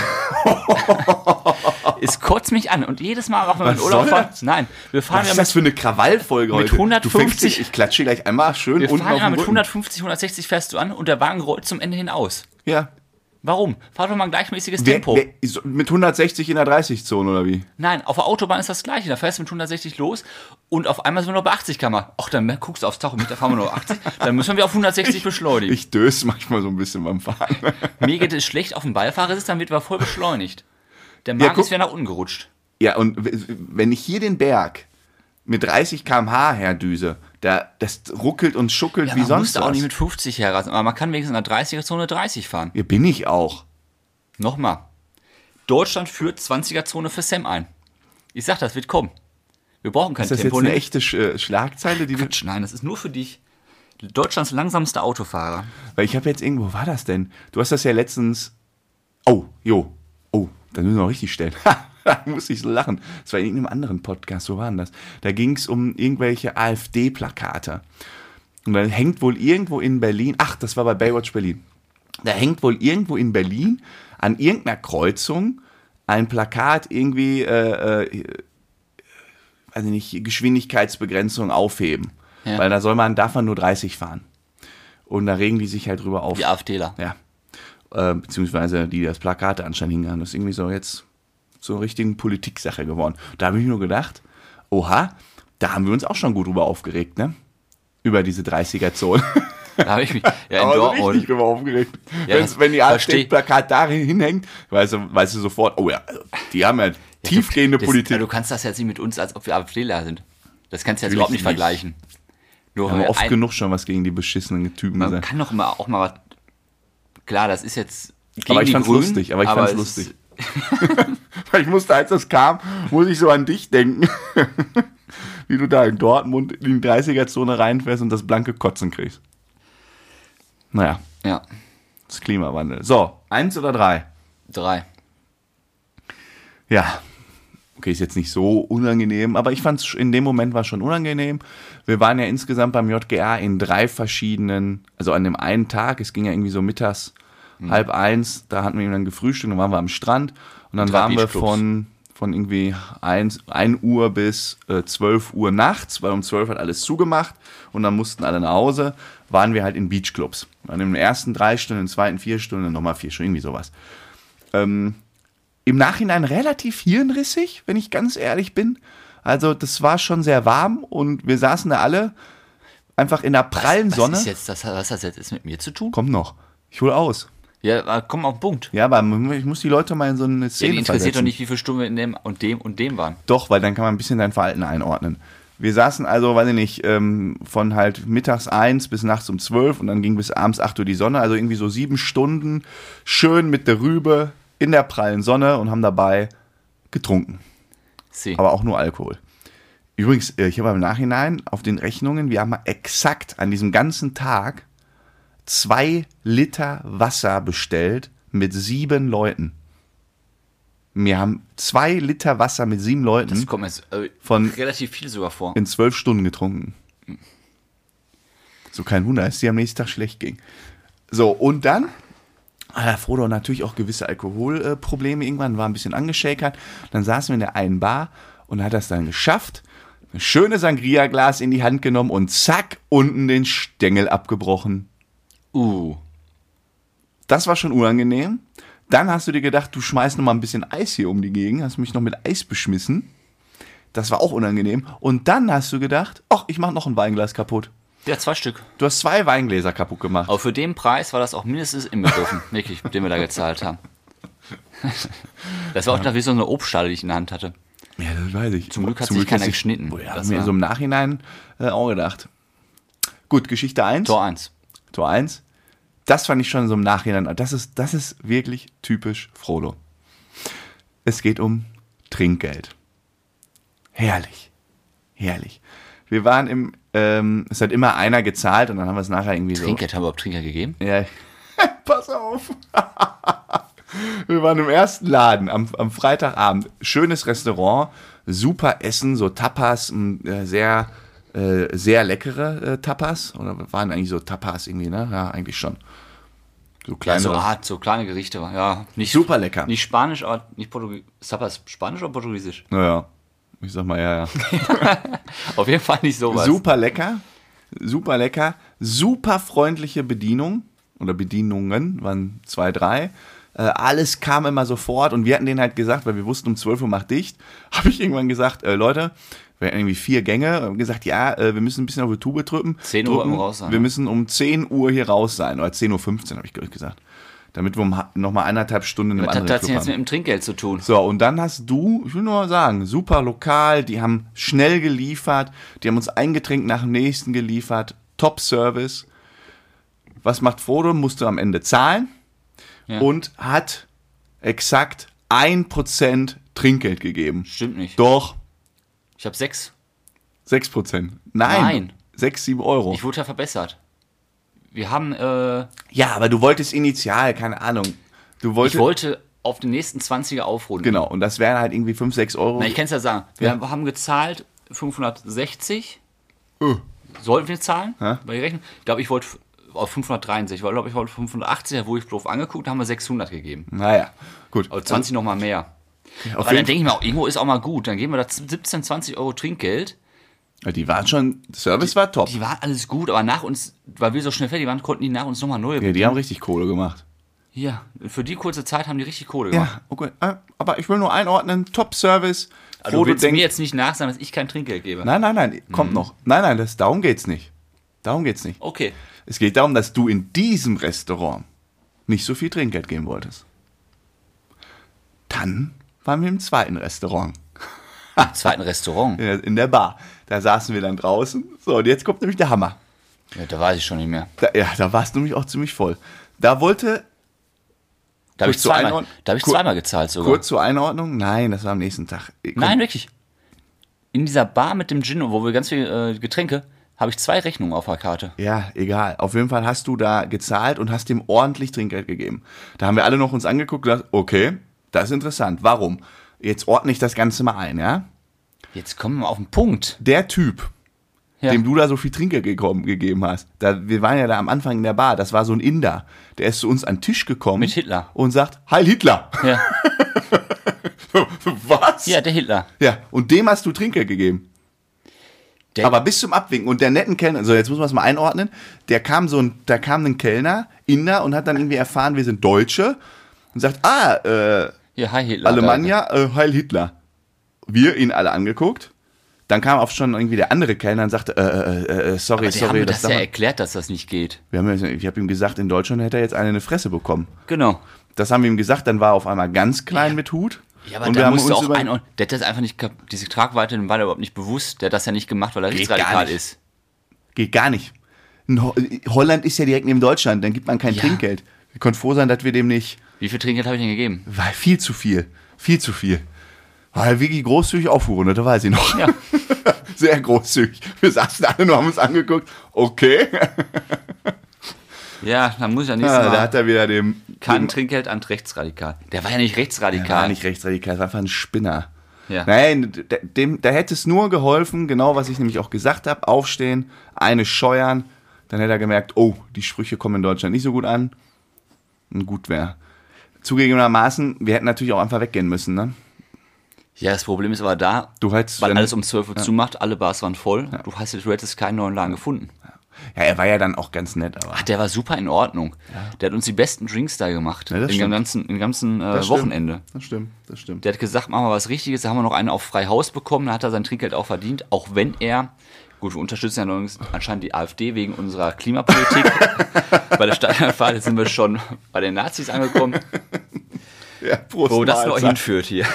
Es kotzt mich an. Und jedes Mal, auch wenn wir in Was Urlaub soll fahren, das? nein, wir fahren Was ja ist das mit, für eine Krawallfolge mit heute? Du hundertfünfzig fängst, ich klatsche gleich einmal schön wir unten fahren auf ja den mit Rücken. hundertfünfzig, hundertsechzig fährst du an und der Wagen rollt zum Ende hin aus. Ja. Warum? Fahr doch mal ein gleichmäßiges Wer, Tempo. wer, so mit hundertsechzig in der dreißig-Zone oder wie? Nein, auf der Autobahn ist das Gleiche. Da fährst du mit hundertsechzig los und auf einmal sind wir noch bei achtzig Kilometer pro Stunde. Ach, dann guckst du aufs Tachometer, fahren wir nur achtzig. Dann müssen wir auf hundertsechzig beschleunigen. Ich döse manchmal so ein bisschen beim Fahren. Mir geht es schlecht auf dem Beifahrersitz, dann wird wir voll beschleunigt. Der Magen guck- ist wieder nach unten gerutscht. Ja, und w- wenn ich hier den Berg mit dreißig Kilometer pro Stunde herdüse, da, das ruckelt und schuckelt Ja, wie man sonst muss da auch was. nicht mit fünfzig herrasen, aber man kann wenigstens in der dreißiger-Zone dreißig fahren. Ja, bin ich auch. Nochmal. Deutschland führt zwanziger-Zone für Sam ein. Ich sag, das wird kommen. Wir brauchen kein Ist das jetzt Tempo. eine echte Sch äh, Schlagzeile? Die du, Quatsch, nein, das ist nur für dich. Deutschlands langsamster Autofahrer. weil ich habe jetzt irgendwo, wo war das denn? Du hast das ja letztens... Oh, jo. Oh, da müssen wir noch richtig stellen. Da muss ich so lachen. Das war in irgendeinem anderen Podcast, wo war denn das? Da ging es um irgendwelche AfD-Plakate. Und dann hängt wohl irgendwo in Berlin... Ach, das war bei Baywatch Berlin. Da hängt wohl irgendwo in Berlin an irgendeiner Kreuzung ein Plakat irgendwie, äh, äh, weiß ich nicht, Geschwindigkeitsbegrenzung aufheben. Ja. Weil da soll man, darf man nur dreißig fahren. Und da regen die sich halt drüber auf. Die AfDler. Ja. Äh, beziehungsweise die, die das Plakat anscheinend hingegangen. Das ist irgendwie so jetzt so eine richtige Politiksache geworden. Da habe ich mir nur gedacht, oha, da haben wir uns auch schon gut drüber aufgeregt, ne? Über diese dreißiger-Zone. Da habe ich mich. Ja, in Aber so Dortmund. richtig drüber aufgeregt. Ja, Wenn's, das wenn die versteh- AfD-Plakat darin hinhängt, weißt du, weißt du sofort, oh ja, also die haben ja tiefgehende das, Politik. Ja, du kannst das jetzt nicht mit uns, als ob wir AfDler sind. Das kannst du jetzt Natürlich überhaupt nicht nicht. vergleichen. Nur haben weil wir oft ein- genug schon was gegen die beschissenen Typen Man gesagt. kann doch immer auch mal was. Klar, das ist jetzt. Gegen Aber ich die fand's Grünen, lustig, aber ich fand's es lustig. ist- Weil ich musste, als das kam, muss ich so an dich denken. Wie du da in Dortmund in die dreißiger-Zone reinfährst und das blanke Kotzen kriegst. Naja, Ja, das Klimawandel. So, eins oder drei? drei. Ja, okay, ist jetzt nicht so unangenehm, aber ich fand es in dem Moment war schon unangenehm. Wir waren ja insgesamt beim J G A in drei verschiedenen, also an dem einen Tag, es ging ja irgendwie so mittags, Mhm. halb eins, da hatten wir dann gefrühstückt, dann waren wir am Strand und dann Drei waren wir Beachclubs. von, von irgendwie eins Uhr bis äh, zwölf Uhr nachts, weil um zwölf hat alles zugemacht und dann mussten alle nach Hause, waren wir halt in Beachclubs. Wir waren in den ersten drei Stunden, in den zweiten vier Stunden, nochmal vier Stunden, irgendwie sowas. Ähm, im Nachhinein relativ hirnrissig, wenn ich ganz ehrlich bin. Also das war schon sehr warm und wir saßen da alle einfach in der prallen was, Sonne. Was, ist jetzt, das, was hat das jetzt mit mir zu tun? Kommt noch. Ich hole aus. Ja, komm auf den Punkt. Ja, aber ich muss die Leute mal in so eine Ja, Szene die interessiert versetzen. doch nicht, wie viele Stunden wir in dem und dem und dem waren. Doch, weil dann kann man ein bisschen dein Verhalten einordnen. Wir saßen also, weiß ich nicht, ähm, von halt mittags eins bis nachts um zwölf und dann ging bis abends acht Uhr die Sonne, also irgendwie so sieben Stunden schön mit der Rübe in der prallen Sonne und haben dabei getrunken. Sie. Aber auch nur Alkohol. Übrigens, äh, ich habe im Nachhinein auf den Rechnungen, wir haben exakt an diesem ganzen Tag zwei Liter Wasser bestellt mit sieben Leuten. Wir haben zwei Liter Wasser mit sieben Leuten Das kommt mir jetzt, äh, von relativ viel sogar vor. in zwölf Stunden getrunken. So kein Wunder, dass es dir am nächsten Tag schlecht ging. So, und dann hat der Frodo natürlich auch gewisse Alkoholprobleme irgendwann, war ein bisschen angeschäkert. Dann saßen wir in der einen Bar und hat das dann geschafft, ein schönes Sangria-Glas in die Hand genommen und zack, unten den Stängel abgebrochen. Uh. Das war schon unangenehm. Dann hast du dir gedacht, du schmeißt noch mal ein bisschen Eis hier um die Gegend, hast mich noch mit Eis beschmissen. Das war auch unangenehm. Und dann hast du gedacht, ach, ich mach noch ein Weinglas kaputt. Ja, zwei Stück. Du hast zwei Weingläser kaputt gemacht. Aber für den Preis war das auch mindestens inbegriffen, wirklich, den wir da gezahlt haben. Das war auch da wie so eine Obstschale, die ich in der Hand hatte. Ja, das weiß ich. Zum Glück hat sich keiner geschnitten. Boah, ja, Das haben wir war- so im Nachhinein äh, auch gedacht. Gut, Geschichte eins. Tor eins. Tor eins. Das fand ich schon so im Nachhinein. Das ist, das ist wirklich typisch Frodo. Es geht um Trinkgeld. Herrlich. Herrlich. Wir waren im, ähm, es hat immer einer gezahlt und dann haben wir es nachher irgendwie so. Trinkgeld, haben wir überhaupt Trinkgeld gegeben? Ja, pass auf. Wir waren im ersten Laden am, am Freitagabend. Schönes Restaurant, super Essen, so Tapas, m, äh, sehr, äh, sehr leckere äh, Tapas. Oder waren eigentlich so Tapas irgendwie, ne? Ja, eigentlich schon. So Ja, kleine. so hart, so kleine Gerichte. Ja, nicht Super lecker. Nicht Spanisch, aber nicht Portugiesisch. Tapas Spanisch oder Portugiesisch? Naja, ich sag mal, ja, ja. Auf jeden Fall nicht sowas. Super lecker, super lecker, super freundliche Bedienung oder Bedienungen, waren zwei, drei. Äh, alles kam immer sofort und wir hatten denen halt gesagt, weil wir wussten, um zwölf Uhr macht dicht, habe ich irgendwann gesagt, äh, Leute, wir hatten irgendwie vier Gänge, haben gesagt, ja, äh, wir müssen ein bisschen auf die Tube drücken. zehn Uhr drücken. im Raus sein, Wir ne? müssen um zehn Uhr hier raus sein, oder zehn Uhr fünfzehn habe ich glaube ich gesagt. Damit wir um ha- noch mal eineinhalb Stunden in einem Das hat anderen das Club jetzt mit haben. dem Trinkgeld zu tun. So, und dann hast du, ich will nur mal sagen, super lokal, die haben schnell geliefert, die haben uns ein Getränk nach dem nächsten geliefert, Top-Service. Was macht Frodo? Musste am Ende zahlen Ja. und hat exakt ein Prozent Trinkgeld gegeben. Stimmt nicht. Doch, Ich habe sechs. sechs Prozent. Nein, Nein. sechs, sieben Euro. Ich wurde ja verbessert. Wir haben, äh, Ja, aber du wolltest initial, keine Ahnung. Du wolltest, ich wollte auf den nächsten zwanziger aufrunden. genau, und das wären halt irgendwie fünf, sechs Euro. Na, ich kann es ja sagen. Wir Ja. haben gezahlt fünfhundertsechzig. Äh. Sollten wir zahlen? Hä? Bei Rechnung? Ich glaube, ich wollte f- auf fünfhundertdreiundsechzig. Ich glaube, ich wollte fünfhundertachtzig, da wurde ich doof angeguckt, da haben wir sechshundert gegeben. Naja, gut. Also zwanzig nochmal mehr. Auf Aber jeden dann denke ich mir auch, irgendwo ist auch mal gut. Dann geben wir da siebzehn, zwanzig Euro Trinkgeld. Fall, die waren schon, Service war top. Die waren alles gut, aber nach uns, weil wir so schnell fertig waren, konnten die nach uns nochmal neue. Ja, die haben richtig Kohle gemacht. Ja, für die kurze Zeit haben die richtig Kohle gemacht. Ja, okay. Äh, Aber ich will nur einordnen, Top-Service. Also Frodo du willst denkt- mir jetzt nicht nachsagen, dass ich kein Trinkgeld gebe. Nein, nein, nein, kommt Mhm. noch. Nein, nein, das, darum geht's nicht. Darum geht's nicht. Okay. Es geht darum, dass du in diesem Restaurant nicht so viel Trinkgeld geben wolltest. Dann waren wir im zweiten Restaurant, Im zweiten Restaurant. in der- in der Bar. Da saßen wir dann draußen. So, und jetzt kommt nämlich der Hammer. Ja, da weiß ich schon nicht mehr. Da, ja, da war es nämlich auch ziemlich voll. Da wollte, Da habe ich, Kurz zur zweimal, Einordnung- da hab ich Kur- zweimal gezahlt sogar. kurz zur Einordnung, nein, das war am nächsten Tag. Komm, Nein, wirklich. In dieser Bar mit dem Gin, wo wir ganz viel äh, Getränke, habe ich zwei Rechnungen auf der Karte. Ja, egal. Auf jeden Fall hast du da gezahlt und hast ihm ordentlich Trinkgeld gegeben. Da haben wir alle noch uns angeguckt und gesagt, okay, das ist interessant. Warum? Jetzt ordne ich das Ganze mal ein, ja? Jetzt kommen wir mal auf den Punkt. Der Typ, Ja. dem du da so viel Trinkgeld gekommen, gegeben hast, da, wir waren ja da am Anfang in der Bar, das war so ein Inder, der ist zu uns an den Tisch gekommen. Mit Hitler. Und sagt, Heil Hitler. Ja, Was? ja der Hitler. Ja, und dem hast du Trinkgeld gegeben. Der, Aber bis zum Abwinken. Und der netten Kellner, also jetzt muss man es mal einordnen, der kam so ein, da kam ein Kellner, Inder, und hat dann irgendwie erfahren, wir sind Deutsche und sagt, ah, äh, Ja, hi Hitler. Alemannia, äh, Heil Hitler. Wir ihn alle angeguckt. Dann kam auch schon irgendwie der andere Kellner und sagte, äh, äh, äh, sorry, Aber die sorry. haben mir das das ja erklärt, dass das nicht geht. wir haben, ich habe ihm gesagt, in Deutschland hätte er jetzt eine in die Fresse bekommen. Genau. Das haben wir ihm gesagt, dann war er auf einmal ganz klein ja. mit Hut. Ja, aber und da wir haben musst du uns auch über ein, der hat das einfach nicht, diese Tragweite, dem war er überhaupt nicht bewusst. Der hat das ja nicht gemacht, weil er Geht rechtsradikal gar nicht. ist. Geht gar nicht. In Ho- Holland ist ja direkt neben Deutschland, dann gibt man kein Ja. Trinkgeld. Wir können froh sein, dass wir dem nicht... Wie viel Trinkgeld habe ich denn gegeben? War viel zu viel. Viel zu viel. War er wirklich großzügig aufgerundet, da weiß ich noch. Ja. Sehr großzügig. Wir saßen alle nur, haben uns angeguckt. Okay. Ja, dann muss ich ja nächstes Ja, Mal... da hat er wieder dem... Kein dem Trinkgeld an rechtsradikal. Der war ja nicht rechtsradikal. der war nicht rechtsradikal, das war einfach ein Spinner. Ja. Nein, d- dem, da hätte es nur geholfen, genau was ich nämlich auch gesagt habe, aufstehen, eine scheuern, dann hätte er gemerkt, oh, die Sprüche kommen in Deutschland nicht so gut an. Und gut wäre. Zugegebenermaßen, wir hätten natürlich auch einfach weggehen müssen, ne? Ja, das Problem ist aber da, Du hättest, weil wenn- alles um zwölf Uhr zumacht, alle Bars waren voll. Du, hast, du hättest keinen neuen Laden gefunden. Ja, er war ja dann auch ganz nett, aber... Ach, der war super in Ordnung. Der hat uns die besten Drinks da gemacht. Ja, das im stimmt. ganzen, im ganzen äh, Das stimmt. Wochenende. Das stimmt, das stimmt. Der hat gesagt, machen wir was Richtiges. Da haben wir noch einen auf Freihaus bekommen. Da hat er sein Trinkgeld auch verdient. Auch wenn er, gut, wir unterstützen ja noch anscheinend die AfD wegen unserer Klimapolitik. Bei der Stadtfahrt sind wir schon bei den Nazis angekommen. Ja, Prost, Wo das noch Mahlzeit. hinführt hier.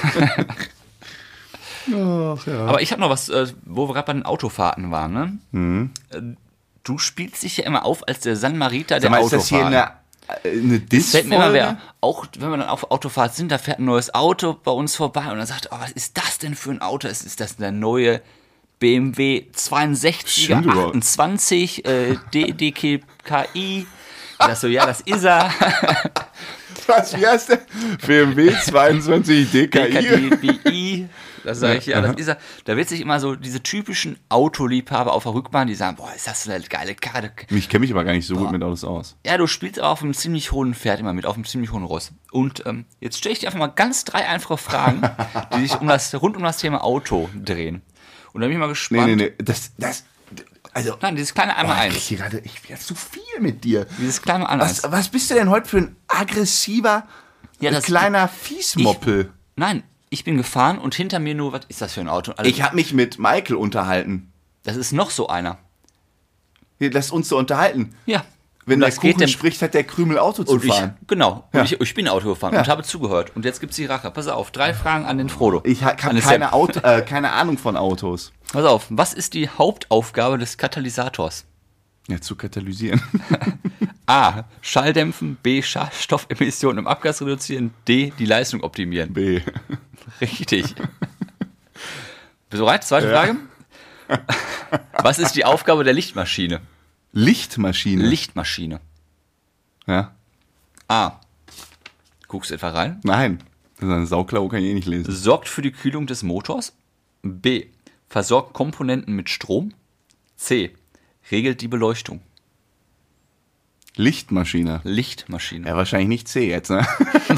Ach, ja. Aber ich habe noch was, äh, wo wir gerade bei den Autofahrten waren. Ne? Mhm. Äh, Du spielst dich ja immer auf als der San Marita der Sag mal, ist das hier Autofahrer. eine, äh, eine Das fällt mir immer Diss-Folge? wer. Auch wenn wir dann auf Autofahrt sind, da fährt ein neues Auto bei uns vorbei und dann sagt, oh, was ist das denn für ein Auto? Ist, ist das der neue B M W zweiundsechziger Stimmt überhaupt. achtundzwanzig äh, D D K I? Das so, ja, das ist er. Was, wie heißt der? B M W zweiundzwanzig D K I. D K D I. Das sage ich, ja, das ist er. Da wird sich immer so diese typischen Autoliebhaber auf der Rückbahn, die sagen, boah, ist das eine geile Karre. Ich kenne mich aber gar nicht so gut mit Autos aus. Ja, du spielst aber auf einem ziemlich hohen Pferd immer mit, auf einem ziemlich hohen Ross. Und ähm, jetzt stelle ich dir einfach mal ganz drei einfache Fragen, die sich um das, rund um das Thema Auto drehen. Und da bin ich mal Nee, gespannt. nee, nee. Das, das, also, Nein, dieses kleine einmal boah, ich eins. krieg hier gerade, ich bin jetzt zu viel mit dir. Dieses kleine einmal Was, eins. was bist du denn heute für ein aggressiver, Ja, äh, das- kleiner Fiesmoppel? Nein, ich bin gefahren und hinter mir nur, was ist das für ein Auto? Also, Ich habe mich mit Michael unterhalten. das ist noch so einer. Hier, lass uns so unterhalten. Ja. Wenn Und der das geht Kuchen dem- spricht, hat der Krümel Auto zu Und ich, fahren. genau. Ja. Und ich, ich bin Auto gefahren Ja. und habe zugehört. Und jetzt gibt's die Rache. Pass auf, drei Fragen an den Frodo. Ich ha- An habe den keine, Sepp. Auto, äh, keine Ahnung von Autos. Pass auf, was ist die Hauptaufgabe des Katalysators? Ja, zu katalysieren. A. Schalldämpfen. B. Schadstoffemissionen im Abgas reduzieren. D. Die Leistung optimieren. B. Richtig. Bist du bereit? Zweite Ja. Frage. Was ist die Aufgabe der Lichtmaschine? Lichtmaschine. Lichtmaschine. Ja. A. Guckst du etwa rein? Nein. Das ist eine Sauklaue, kann ich eh nicht lesen. Sorgt für die Kühlung des Motors. B. Versorgt Komponenten mit Strom. C. Regelt die Beleuchtung. Lichtmaschine. Lichtmaschine. Ja, wahrscheinlich nicht C jetzt, ne?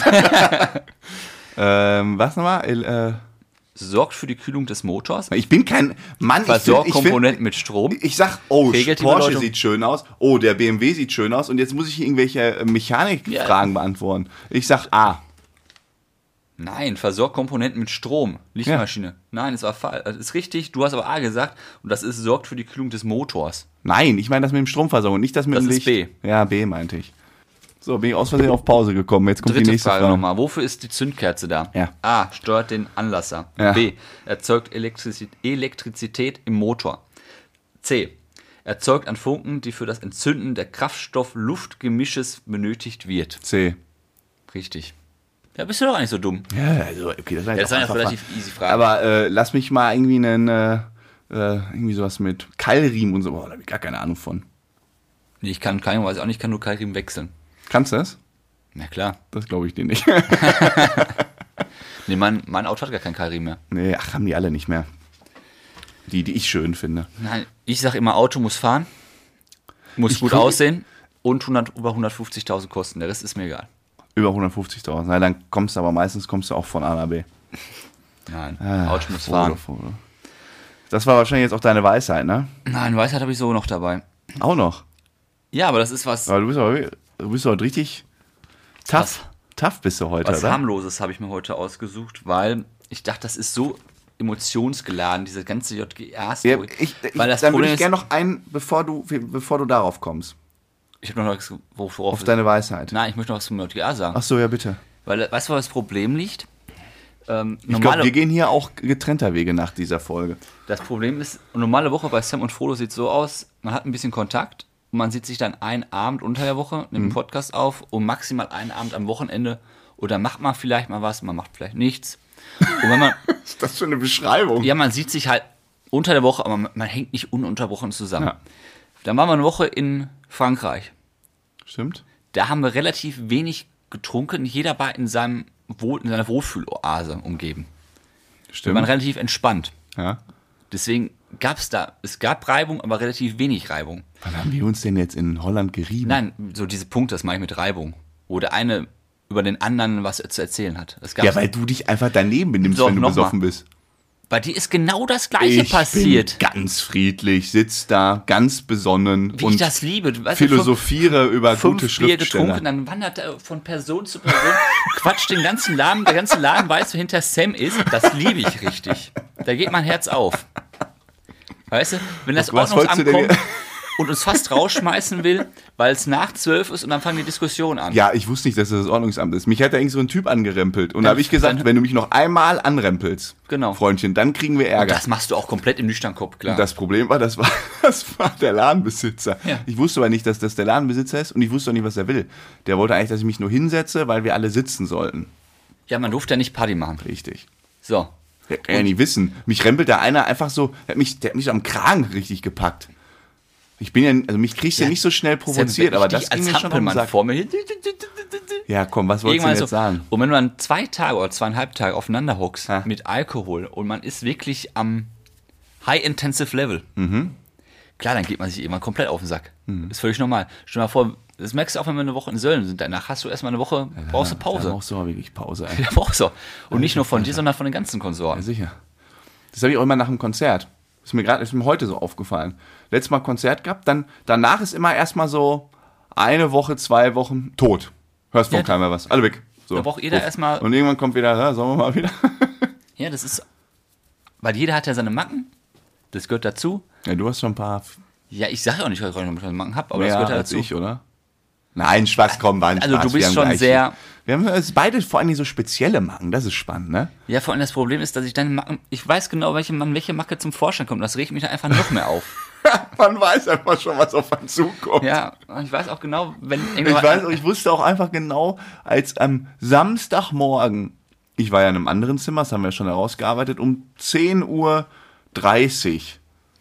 ähm, was nochmal? El- Äh, Sorgt für die Kühlung des Motors. ich bin kein Mann. Versorgt ich find, ich Komponenten find, mit Strom. Ich sag, oh, Regelt die Porsche Beleuchtung. sieht schön aus. Oh, der B M W sieht schön aus. Und jetzt muss ich hier irgendwelche äh, Mechanikfragen beantworten. Ich sag A. Nein, versorgt Komponenten mit Strom. Lichtmaschine. Nein, das war falsch. Das ist richtig. Du hast aber A gesagt. Und das ist sorgt für die Kühlung des Motors. Nein, ich meine das mit dem Stromversorgung, nicht das mit Das dem ist Licht. B. Ja, B meinte ich. So, bin ich aus Versehen auf Pause gekommen. Jetzt kommt die Dritte nächste Frage Frage. nochmal. Wofür ist die Zündkerze da? Ja. A. Steuert den Anlasser. Ja. B. Erzeugt Elektrizität, Elektrizität im Motor. C. Erzeugt an Funken, die für das Entzünden der Kraftstoff-Luftgemisches benötigt wird. C. Richtig. Ja, bist du doch gar nicht so dumm. Ja, also, okay, das war Ja, jetzt das auch waren ja einfach relativ Fra- easy Fragen. Aber äh, lass mich mal irgendwie einen, äh, äh, irgendwie sowas mit Keilriemen und so. Boah, da habe ich gar keine Ahnung von. Nee, ich kann keine, weiß auch nicht, ich kann nur Keilriemen wechseln. Kannst du das? Na klar. Das glaube ich dir nicht. Nee, mein, mein Auto hat gar keinen Keilriemen mehr. Nee, ach, haben die alle nicht mehr. Die, die ich schön finde. Nein, ich sag immer, Auto muss fahren, muss Ich gut guck- aussehen und hundert, über hundertfünfzigtausend kosten. Der Rest ist mir egal. Über hundertfünfzigtausend. Na, dann kommst du aber meistens kommst du auch von A nach B. Nein, Ah, Auto muss Frodo, fahren. Frodo. Das war wahrscheinlich jetzt auch deine Weisheit, ne? Nein, Weisheit habe ich so noch dabei. Auch noch. Ja, aber das ist was. Aber du bist aber, du bist aber richtig tough. was Tough bist du heute, Was oder? harmloses habe ich mir heute ausgesucht, weil ich dachte, das ist so emotionsgeladen, diese ganze J G R-Story. Ja, ich, ich, weil das dann würde Problem ich ist, gerne noch einen, bevor du, bevor du darauf kommst. ich habe noch was, worauf Auf deine Weisheit. Nein, ich möchte noch was zum J G R sagen. Ach so, ja, bitte. Weil, weißt du, wo das Problem liegt? Ähm, Ich normale, glaube, wir gehen hier auch getrennter Wege nach dieser Folge. das Problem ist, eine normale Woche bei Sam und Frodo sieht so aus, man hat ein bisschen Kontakt und man sieht sich dann einen Abend unter der Woche, nimmt einen Podcast auf und maximal einen Abend am Wochenende oder macht man vielleicht mal was, man macht vielleicht nichts. Und wenn man, Was ist das für eine Beschreibung? ja, man sieht sich halt unter der Woche, aber man, man hängt nicht ununterbrochen zusammen. Ja. Dann waren wir eine Woche in Frankreich. Stimmt. Da haben wir relativ wenig getrunken. Jeder war in, seinem Wohl, in seiner Wohlfühloase umgeben. Wir Stimmt. waren relativ entspannt. Ja. Deswegen gab es da, es gab Reibung, aber relativ wenig Reibung. Wann haben wir uns denn jetzt in Holland gerieben? Nein, so diese Punkte, das meine ich mit Reibung. Wo der eine über den anderen was zu erzählen hat. Das gab's. Ja, weil du dich einfach daneben benimmst, So, wenn du noch besoffen mal. bist. Bei dir ist genau das Gleiche Ich passiert. bin ganz friedlich, sitz da, ganz besonnen Wie und ich das liebe. Du weißt, fünf- philosophiere über fünf gute Bier getrunken, Schriftsteller. dann wandert er von Person zu Person, quatscht den ganzen Laden, der ganze Laden weiß, wer hinter Sam ist. Das liebe ich richtig. Da geht mein Herz auf. Weißt du, wenn das Was wolltest du denn Ordnungsamt kommt hier- und uns fast rausschmeißen will, weil es nach zwölf ist und dann fangen die Diskussionen an. Ja, ich wusste nicht, dass das das Ordnungsamt ist. Mich hat da irgend so ein Typ angerempelt. Und da habe ich gesagt, dann- wenn du mich noch einmal anrempelst, Genau. Freundchen, dann kriegen wir Ärger. Das machst du auch komplett im nüchternen Kopf, klar. Und das Problem war, das war, das war der Ladenbesitzer. Ja. Ich wusste aber nicht, dass das der Ladenbesitzer ist und ich wusste auch nicht, was er will. Der wollte eigentlich, dass ich mich nur hinsetze, weil wir alle sitzen sollten. Ja, man durfte ja nicht Party machen. Richtig. So. Der kann ja nie wissen. Mich rempelt da einer einfach so, der hat mich, der hat mich am Kragen richtig gepackt. Ich bin ja, also mich kriegst du ja, nicht so schnell provoziert, aber das ging als mir schon auf den Hampelmann Sack. vor mir hin. Ja, komm, was wolltest du Irgendwann denn jetzt so. sagen? Und wenn du dann zwei Tage oder zweieinhalb Tage aufeinander hockst Ja. mit Alkohol und man ist wirklich am High-Intensive Level, Mhm. klar, dann geht man sich irgendwann komplett auf den Sack. Ist völlig normal. Stell dir mal vor, das merkst du auch, wenn wir eine Woche in Sölden sind. Danach hast du erstmal eine Woche, brauchst du Da Pause. brauchst du mal wirklich Pause. Ey. Ja, brauchst du. Und nicht nur von dir, sondern von den ganzen Ja, Konsorten. sicher. Das habe ich auch immer nach dem Konzert. Ist mir gerade, ist mir heute so aufgefallen. Letztes Mal Konzert gehabt, dann danach ist immer erstmal so eine Woche, zwei Wochen tot. Hörst von Ja, keinem mehr was. Alle weg. So. da braucht jeder Puff. erstmal- Und irgendwann kommt wieder, ja, sollen wir mal wieder? Ja, das ist. Weil jeder hat ja seine Macken. Das gehört dazu. Ja, du hast schon ein paar Ja, ich sage auch nicht, dass ich noch Macken habe, aber mehr das gehört ja als dazu. ich, oder? Nein, Spaß, komm, war ein Also Spaß. du Wir bist haben schon gleich- sehr- Wir haben es beide vor allem so spezielle Macken, das ist spannend, ne? Ja, vor allem das Problem ist, dass ich dann Macken, ich weiß genau, welche, Mann, welche Macke zum Vorschein kommt. Das regt mich dann einfach noch mehr auf. Man weiß einfach schon, was auf einen zukommt. Ja, und ich weiß auch genau, wenn Ich weiß, ich wusste auch einfach genau, als am Samstagmorgen, ich war ja in einem anderen Zimmer, das haben wir ja schon herausgearbeitet, um zehn Uhr dreißig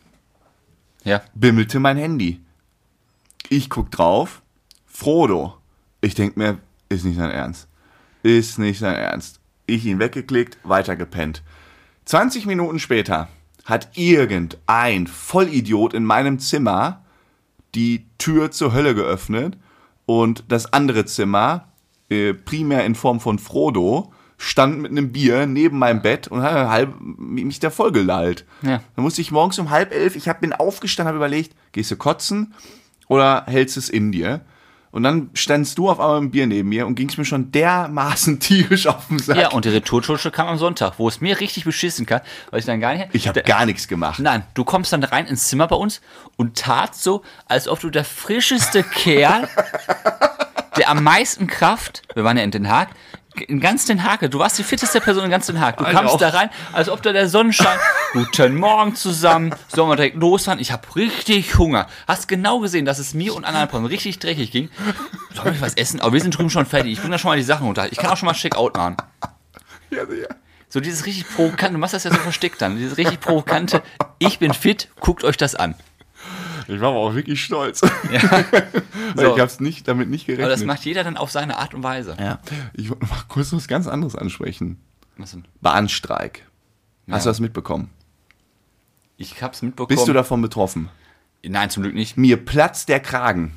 Ja, bimmelte mein Handy. Ich guck drauf, Frodo. Ich denk mir, ist nicht sein Ernst. Ist nicht sein Ernst. Ich ihn weggeklickt, weitergepennt. zwanzig Minuten später hat irgendein Vollidiot in meinem Zimmer die Tür zur Hölle geöffnet und das andere Zimmer, äh, primär in Form von Frodo, stand mit einem Bier neben meinem Bett und hat halb mich da vollgelallt. Ja. Dann musste ich morgens um halb elf, ich hab, bin aufgestanden, habe überlegt, gehst du kotzen oder hältst es in dir? Und dann standst du auf einmal mit dem Bier neben mir und ging's mir schon dermaßen tierisch auf den Sack. ja, und die Retourtusche kam am Sonntag, wo es mir richtig beschissen kann, weil ich dann gar nicht. ich habe gar nichts gemacht. Nein, du kommst dann rein ins Zimmer bei uns und tat so, als ob du der frischeste Kerl, der am meisten Kraft, wir waren ja in Den Haag, in ganz Den Haag, du warst die fitteste Person in ganz Den Haag. Du Alter, kamst auch. da rein, als ob da der Sonnenschein, guten Morgen zusammen, sollen wir direkt losfahren, ich habe richtig Hunger. Hast genau gesehen, dass es mir und anderen Personen richtig dreckig ging. Sollen wir was essen? Aber wir sind drüben schon fertig, ich bring da schon mal die Sachen runter. Ich kann auch schon mal Check-out machen. Ja, sicher. So dieses richtig provokante, du machst das ja so versteckt dann, dieses richtig provokante, ich bin fit, guckt euch das an. Ich war aber auch wirklich stolz. Ja. Weil So. ich habe nicht damit nicht gerechnet. Aber das macht jeder dann auf seine Art und Weise. ja. Ich wollte noch mal kurz was ganz anderes ansprechen. Was denn? Bahnstreik. Hast Ja. du das mitbekommen? Ich hab's mitbekommen. Bist du davon betroffen? Nein, zum Glück nicht. Mir platzt der Kragen.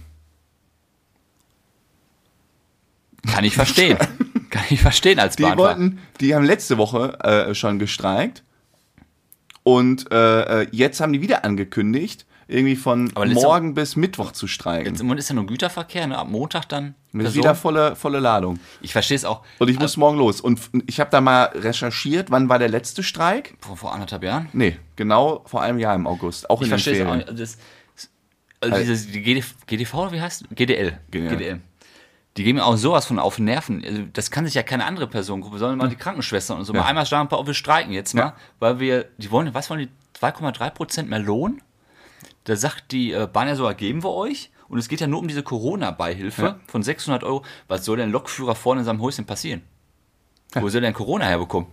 Kann ich verstehen. Kann ich verstehen als Die Bahnfahrer. wollten, die haben letzte Woche äh, schon gestreikt und äh, äh, jetzt haben die wieder angekündigt, irgendwie von Aber jetzt morgen auch, bis Mittwoch zu streiken. Jetzt im Moment ist ja nur Güterverkehr, ne? Ab Montag dann. Das ist wieder volle, volle Ladung. Ich verstehe es auch. Und ich muss also, morgen los. Und ich habe da mal recherchiert, wann war der letzte Streik? Vor, vor anderthalb Jahren? Nee, genau vor einem Jahr im August. Auch ich in den verstehe Ferien. es auch. Das, also diese, die G D, G D V, wie heißt G D L. G D L. G D L. Die gehen mir auch sowas von auf den Nerven. Also das kann sich ja keine andere Personengruppe, sondern mal die Krankenschwestern und so. Ja. Mal einmal sagen, wir streiken jetzt mal, Ja. weil wir, die wollen, was wollen die, zwei Komma drei Prozent mehr Lohn? Da sagt die äh, Bahn ja sogar, geben wir euch. Und es geht ja nur um diese Corona-Beihilfe Ja. von sechshundert Euro. Was soll denn Lokführer vorne in seinem Häuschen passieren? Ja. Wo soll denn Corona herbekommen?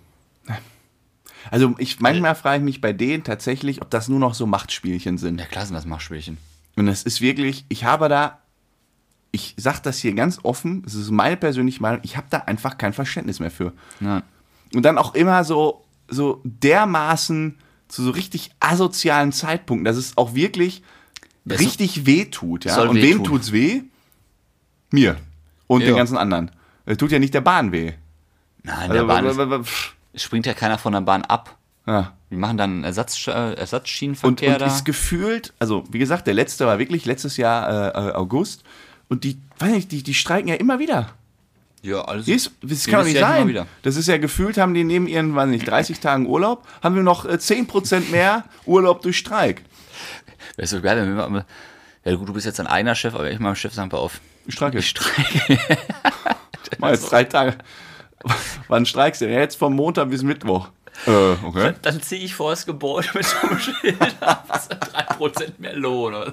Also ich manchmal frage ich mich bei denen tatsächlich, ob das nur noch so Machtspielchen sind. Ja klar sind das Machtspielchen. Und es ist wirklich, ich habe da, ich sage das hier ganz offen, es ist meine persönliche Meinung, ich habe da einfach kein Verständnis mehr für. Ja. Und dann auch immer so, so dermaßen zu so richtig asozialen Zeitpunkten, dass es auch wirklich Ja, es richtig weh tut. Ja? soll Und wehtun. wem tut's weh? Mir. Und Ja. den ganzen anderen. Es tut ja nicht der Bahn weh. Nein, der Also, Bahn w- ist, w- w- pff, springt ja keiner von der Bahn ab. ja. Wir machen dann einen Ersatz, äh, Und, Ersatzschienenverkehr und da. ist gefühlt, also wie gesagt, der letzte war wirklich letztes Jahr äh, äh, August. Und die, weiß nicht, die, die streiken ja immer wieder. Ja, alles. Dies, das kann doch nicht Jahr immer sein. wieder. Das ist ja gefühlt, haben die neben ihren, weiß nicht, dreißig Tagen Urlaub, haben wir noch äh, zehn Prozent mehr Urlaub durch Streik. Das ist so geil, wenn wir immer, ja gut, du bist jetzt ein eigener Chef, aber ich meinem Chef sagen, pass auf. Ich streike. Ich streike. Mal jetzt drei Tage. Wann streikst du denn? Ja, jetzt vom Montag bis Mittwoch. Äh, okay. Dann ziehe ich vor das Gebäude mit so einem Schild ab, was drei Prozent mehr Lohn. Oder?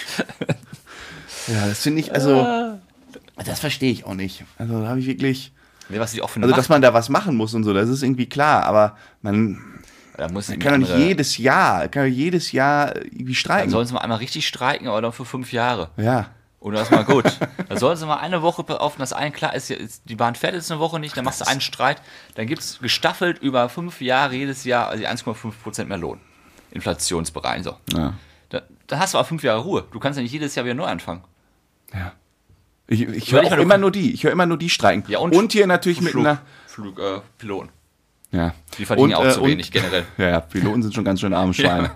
Ja, das finde ich, also, das verstehe ich auch nicht. Also, da habe ich wirklich, Nee, was ich auch für eine also, Macht, dass man da was machen muss und so, das ist irgendwie klar, aber man, da muss man kann doch nicht jedes Jahr, kann doch jedes Jahr irgendwie Dann streiken. sollen sie mal einmal richtig streiken, aber dann für fünf Jahre. Ja. Oder das ist mal gut. Da sollen sie mal eine Woche auf, dass allen klar ist, ist, die Bahn fährt jetzt eine Woche nicht, dann machst du einen Streit, dann gibt es gestaffelt über fünf Jahre jedes Jahr also eins Komma fünf Prozent mehr Lohn. Inflationsbereich. So. Ja. Da, da hast du aber fünf Jahre Ruhe. Du kannst ja nicht jedes Jahr wieder neu anfangen. Ja. Ich, ich Weil höre ich auch mal- immer nur die. Ich höre immer nur die streiken. Ja, und, und hier natürlich mit Flug, einer. Flug, äh, Piloten. Ja. Die verdienen ja Und, auch äh, zu und- wenig generell. Ja, ja, Piloten sind schon ganz schön arme Schweine.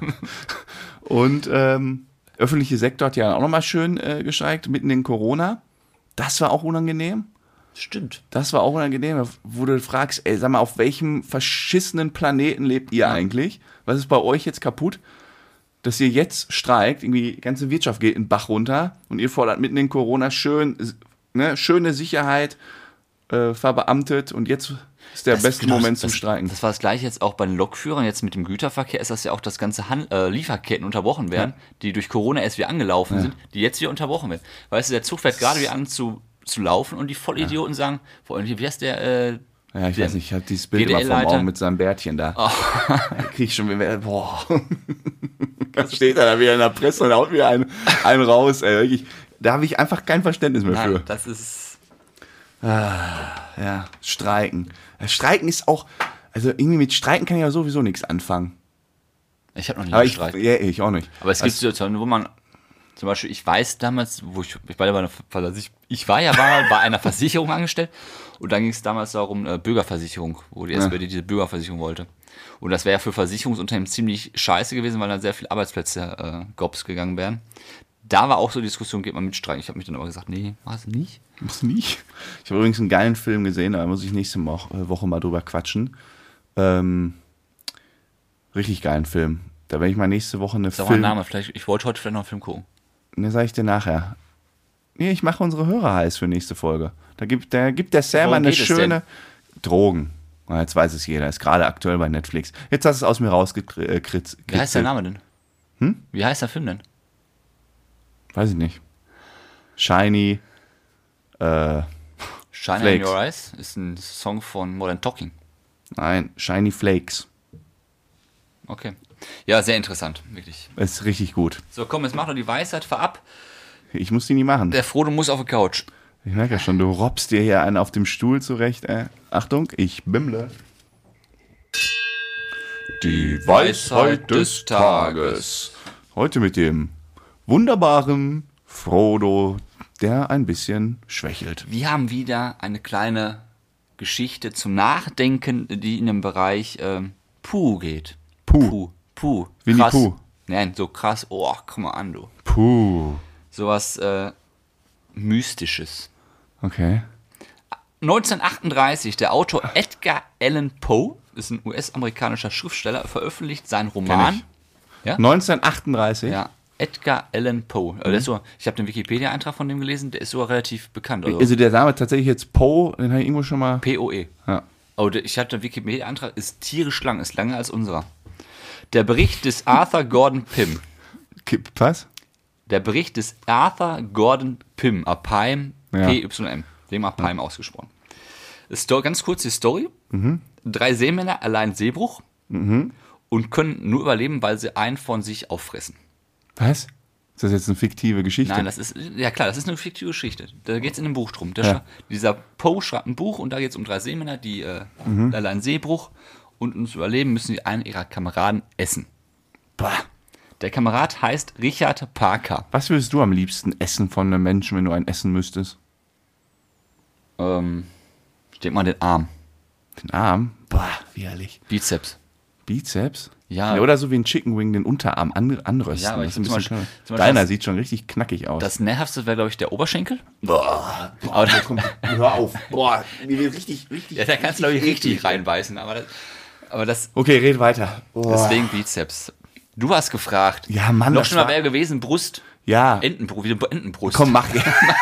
Und ähm, öffentliche Sektor hat ja auch nochmal schön äh, gestreikt, mitten in Corona. Das war auch unangenehm. Stimmt. Das war auch unangenehm, wo du fragst, ey, sag mal, auf welchem verschissenen Planeten lebt ihr eigentlich? Was ist bei euch jetzt kaputt? Dass ihr jetzt streikt, irgendwie die ganze Wirtschaft geht in den Bach runter und ihr fordert mitten in Corona schön, ne, schöne Sicherheit, äh, verbeamtet und jetzt ist der Das- beste genau, Moment das, zum Streiken. Das war das gleiche jetzt auch bei den Lokführern. Jetzt mit dem Güterverkehr ist das ja auch, dass ganze Han äh, Lieferketten unterbrochen werden, die durch Corona erst wieder angelaufen sind, die jetzt wieder unterbrochen werden. Weißt du, der Zug fährt gerade wieder an zu, zu laufen und die Vollidioten sagen, vor allem, wie heißt der? Äh, Ja, ich der weiß nicht, ich habe dieses Bild immer vor GDL-Leiter. Augen mit seinem Bärtchen da. Da krieg ich schon wieder, boah. Dann steht er da wieder in der Presse und haut wieder einen, einen raus, ey. Wirklich, da habe ich einfach kein Verständnis mehr Nein, für. das ist. Ja, Streiken. Das Streiken ist auch, also irgendwie mit Streiken kann ich ja sowieso nichts anfangen. Ich habe noch nie Aber ich, gestreikt. ja, ich auch nicht. Aber es gibt Situationen, wo man, zum Beispiel, ich weiß damals, wo ich, ich war ja bei einer, Versich- ich war ja mal bei einer Versicherung angestellt und dann ging es damals darum, äh, Bürgerversicherung, wo die S P D diese Bürgerversicherung wollte. Und das wäre ja für Versicherungsunternehmen ziemlich scheiße gewesen, weil dann sehr viele Arbeitsplätze äh, gops gegangen wären. Da war auch so die Diskussion, geht man mitstreiken. Ich habe mich dann aber gesagt, nee, mach es nicht. Muss nicht. Ich habe übrigens einen geilen Film gesehen, da muss ich nächste Mo- äh, Woche mal drüber quatschen. Ähm, richtig geilen Film. Da werde ich mal nächste Woche eine Sag mal einen Film... Namen, vielleicht, ich wollte heute vielleicht noch einen Film gucken. Ne, sag ich dir nachher. Nee, ich mache unsere Hörer heiß für nächste Folge. Da gibt, da gibt der Sam Worum eine geht es schöne... Drogen. Na, jetzt weiß es jeder. Ist gerade aktuell bei Netflix. Jetzt hast du es aus mir rausgekritzt. Wie heißt der Name denn? Hm? Wie heißt der Film denn? Weiß ich nicht. Shiny. Äh, Shine in Flakes. Your Eyes ist ein Song von Modern Talking. nein, Shiny Flakes. Okay. Ja, sehr interessant, wirklich. Ist richtig gut. So, komm, jetzt mach doch die Weisheit vorab. Ich muss die nie machen. Der Frodo muss auf die Couch. Ich merke ja schon, du robbst dir hier einen auf dem Stuhl zurecht. Äh. Achtung, ich bimmle. Die Weisheit des Tages. Heute mit dem wunderbaren Frodo, der ein bisschen schwächelt. Wir haben wieder eine kleine Geschichte zum Nachdenken, die in dem Bereich ähm, Puh geht. Puh. Puh. Puh. Winnie Krass. Puh. Nein, so krass, oh, guck mal an, du. Puh. Sowas äh, Mystisches. Okay. neunzehnhundertachtunddreißig, der Autor Edgar Allan Poe, ist ein U S-amerikanischer Schriftsteller, veröffentlicht seinen Kenn Roman. ich. Ja? neunzehnhundertachtunddreißig? Ja, Edgar Allan Poe. Mhm. Der ist so, ich habe den Wikipedia-Eintrag von dem gelesen, der ist sogar relativ bekannt. Also, Also der Name tatsächlich jetzt Poe, den habe ich irgendwo schon mal... P O E. Ja. Oh, der, ich habe den Wikipedia-Eintrag, ist tierisch lang, ist länger als unserer. Der Bericht des Arthur Gordon Pym. Was? Der Bericht des Arthur Gordon Pym, Apym, Ja. P Y M, dem Apym ausgesprochen. Sto ganz kurz die Story. Mhm. Drei Seemänner erleiden Seebruch und können nur überleben, weil sie einen von sich auffressen. Was? Ist das jetzt eine fiktive Geschichte? Nein, das ist, ja klar, das ist eine fiktive Geschichte. Da geht es in einem Buch drum. Der Ja. schra- dieser Poe schreibt ein Buch und da geht es um drei Seemänner, die äh, Mhm. erleiden Seebruch und um zu überleben müssen sie einen ihrer Kameraden essen. Bah. Der Kamerad heißt Richard Parker. Was würdest du am liebsten essen von einem Menschen, wenn du einen essen müsstest? Ähm, ich denke mal den Arm. Den Arm? Boah, widerlich. Bizeps. Bizeps? Ja. Oder so wie ein Chicken Wing den Unterarm an, anrösten. Ja, aber das ich ist ein zum bisschen Beispiel- schade. zum Beispiel Deiner das- sieht schon richtig knackig aus. Das nervigste wäre, glaube ich, der Oberschenkel. Boah, Aber da, komm, hör auf. Boah, mir wird richtig, richtig. ja, da kannst du, glaube ich, richtig reinbeißen. Aber das, aber das Okay, red weiter. Boah. deswegen Bizeps. Du hast gefragt. Ja, Mann, Noch das schlimmer war- wäre gewesen Brust. Ja. Entenbrust, wie eine Entenbrust. Komm, mach.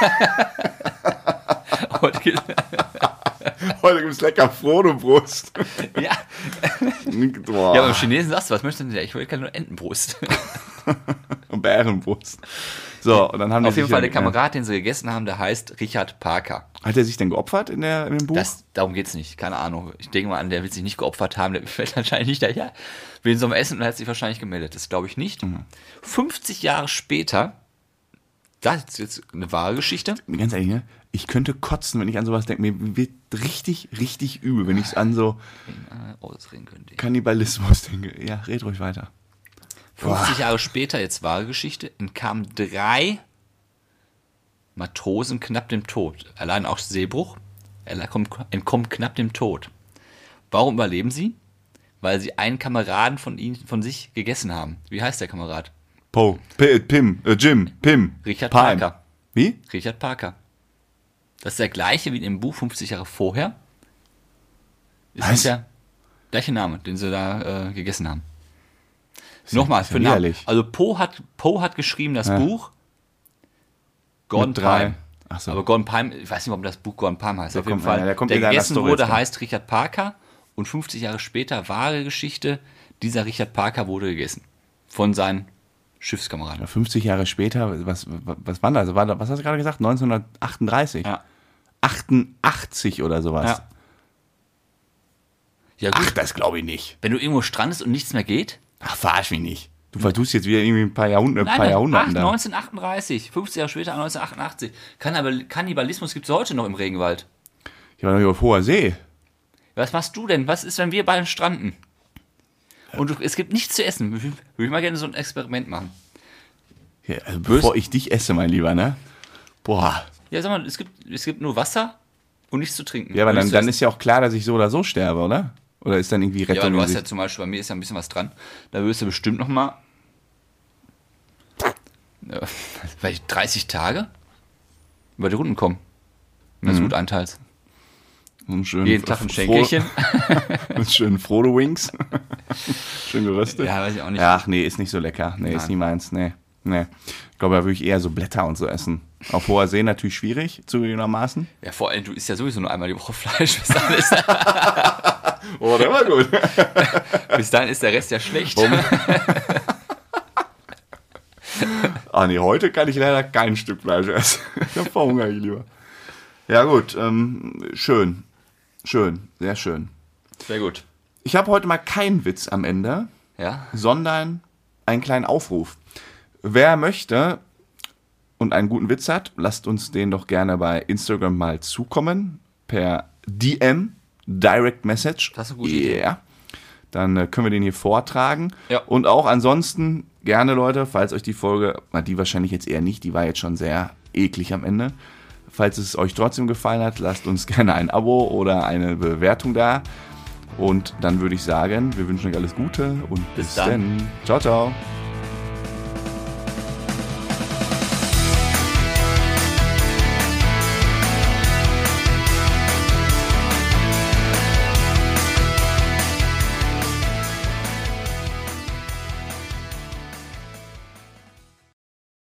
Heute geht- Heute gibt's lecker Frodo-Brust. ja. Boah. ja, beim Chinesen sagst du, was möchtest du denn? Ich will keine Entenbrust. Bärenbrust. So, und dann haben die Auf jeden sich Fall ja- der Kamerad, den sie gegessen haben, der heißt Richard Parker. Hat er sich denn geopfert in, der, in dem Buch? Das, darum geht's nicht, keine Ahnung. Ich denke mal an, der wird sich nicht geopfert haben, der wird wahrscheinlich nicht daher. Wen so am Essen und hat sich wahrscheinlich gemeldet. Das glaube ich nicht. Mhm. fünfzig Jahre später, das ist jetzt eine wahre Geschichte. Ganz ehrlich, ne? Ich könnte kotzen, wenn ich an sowas denke. Mir wird richtig, richtig übel, wenn ich an so Äh, ausreden könnte ich. Kannibalismus denke. Ja, red ruhig weiter. fünfzig Jahre später, jetzt wahre Geschichte, entkamen drei Matrosen knapp dem Tod. Allein auch Seebruch, entkommen, entkommen knapp dem Tod. Warum überleben sie? Weil sie einen Kameraden von ihnen, von sich gegessen haben. Wie heißt der Kamerad? Poe, P- Pim, äh, Jim, Pim. Richard Pime. Parker. Wie? Richard Parker. Das ist der gleiche wie im Buch fünfzig Jahre vorher. Ist Was? der gleiche Name, den sie da äh, gegessen haben. Ist ja- Nochmal, ist ja für Namen. widerlich. Also Poe hat, Poe hat geschrieben das Ja. Buch Gordon Mit drei. Pym. Ach so. Aber Gordon Pym, ich weiß nicht, warum das Buch Gordon Pym heißt. Der Auf jeden kommt- Fall, ja, der kommt der in deiner gegessen Story wurde, jetzt, ja. heißt Richard Parker und fünfzig Jahre später, wahre Geschichte, dieser Richard Parker wurde gegessen. Von seinen Schiffskameraden. Ja, fünfzig Jahre später, was, was, was war das? War da? Was hast du gerade gesagt? neunzehnhundertachtunddreißig? Ja. achtundachtzig oder sowas? Ja. Ja gut, Ach, das glaube ich nicht. wenn du irgendwo strandest und nichts mehr geht. Ach, verarsch mich nicht. Du vertust jetzt wieder irgendwie ein paar, Jahrhundert, ein Nein, paar nein, Jahrhunderten ach, da. neunzehnhundertachtunddreißig, fünfzig Jahre später, neunzehnhundertachtundachtzig. Kannibal Kannibalismus gibt es heute noch im Regenwald. Ich war noch nicht auf hoher See. Was machst du denn? Was ist, wenn wir beide stranden? Und du, es gibt nichts zu essen. Würde ich mal gerne so ein Experiment machen. Ja, also bevor ich dich esse, mein Lieber, ne? Boah. Ja, sag mal, es gibt, es gibt nur Wasser und nichts zu trinken. Ja, aber Und dann, nichts zu dann essen. ist ja auch klar, dass ich so oder so sterbe, oder? Oder ist dann irgendwie Ja, aber Rettung? du in hast ja Sicht? zum Beispiel, bei mir ist ja ein bisschen was dran. Da wirst du bestimmt noch mal ja, weiß ich, dreißig Tage über die Runden kommen. Wenn du Mhm. gut einteilst. Und schön Jeden Tag ein Schenkelchen. Und schön Frodo Wings. Schön geröstet. Ja, weiß ich auch nicht. Ja, ach nee, ist nicht so lecker. Nee, ist Nein. nie meins. Nee, nee. Ich glaube, da würde ich eher so Blätter und so essen. Auf hoher See natürlich schwierig, zugegebenermaßen. Ja, vor allem, du isst ja sowieso nur einmal die Woche Fleisch. Bis dahin ist, Oh, der war gut. bis dahin ist der Rest ja schlecht. Ah nee, heute kann ich leider kein Stück Fleisch essen. Ich hab verhungere ich lieber. Ja gut, ähm, schön. Schön, sehr schön. Sehr gut. Ich habe heute mal keinen Witz am Ende, Ja? sondern einen kleinen Aufruf. Wer möchte und einen guten Witz hat, lasst uns den doch gerne bei Instagram mal zukommen. Per D M, Direct Message. Das ist eine gute Idee. Ja. Dann äh, können wir den hier vortragen. Ja. Und auch ansonsten gerne, Leute, falls euch die Folge, na, die wahrscheinlich jetzt eher nicht, die war jetzt schon sehr eklig am Ende. Falls es euch trotzdem gefallen hat, lasst uns gerne ein Abo oder eine Bewertung da. Und dann würde ich sagen, wir wünschen euch alles Gute und bis, Bis dann. dann. Ciao, ciao.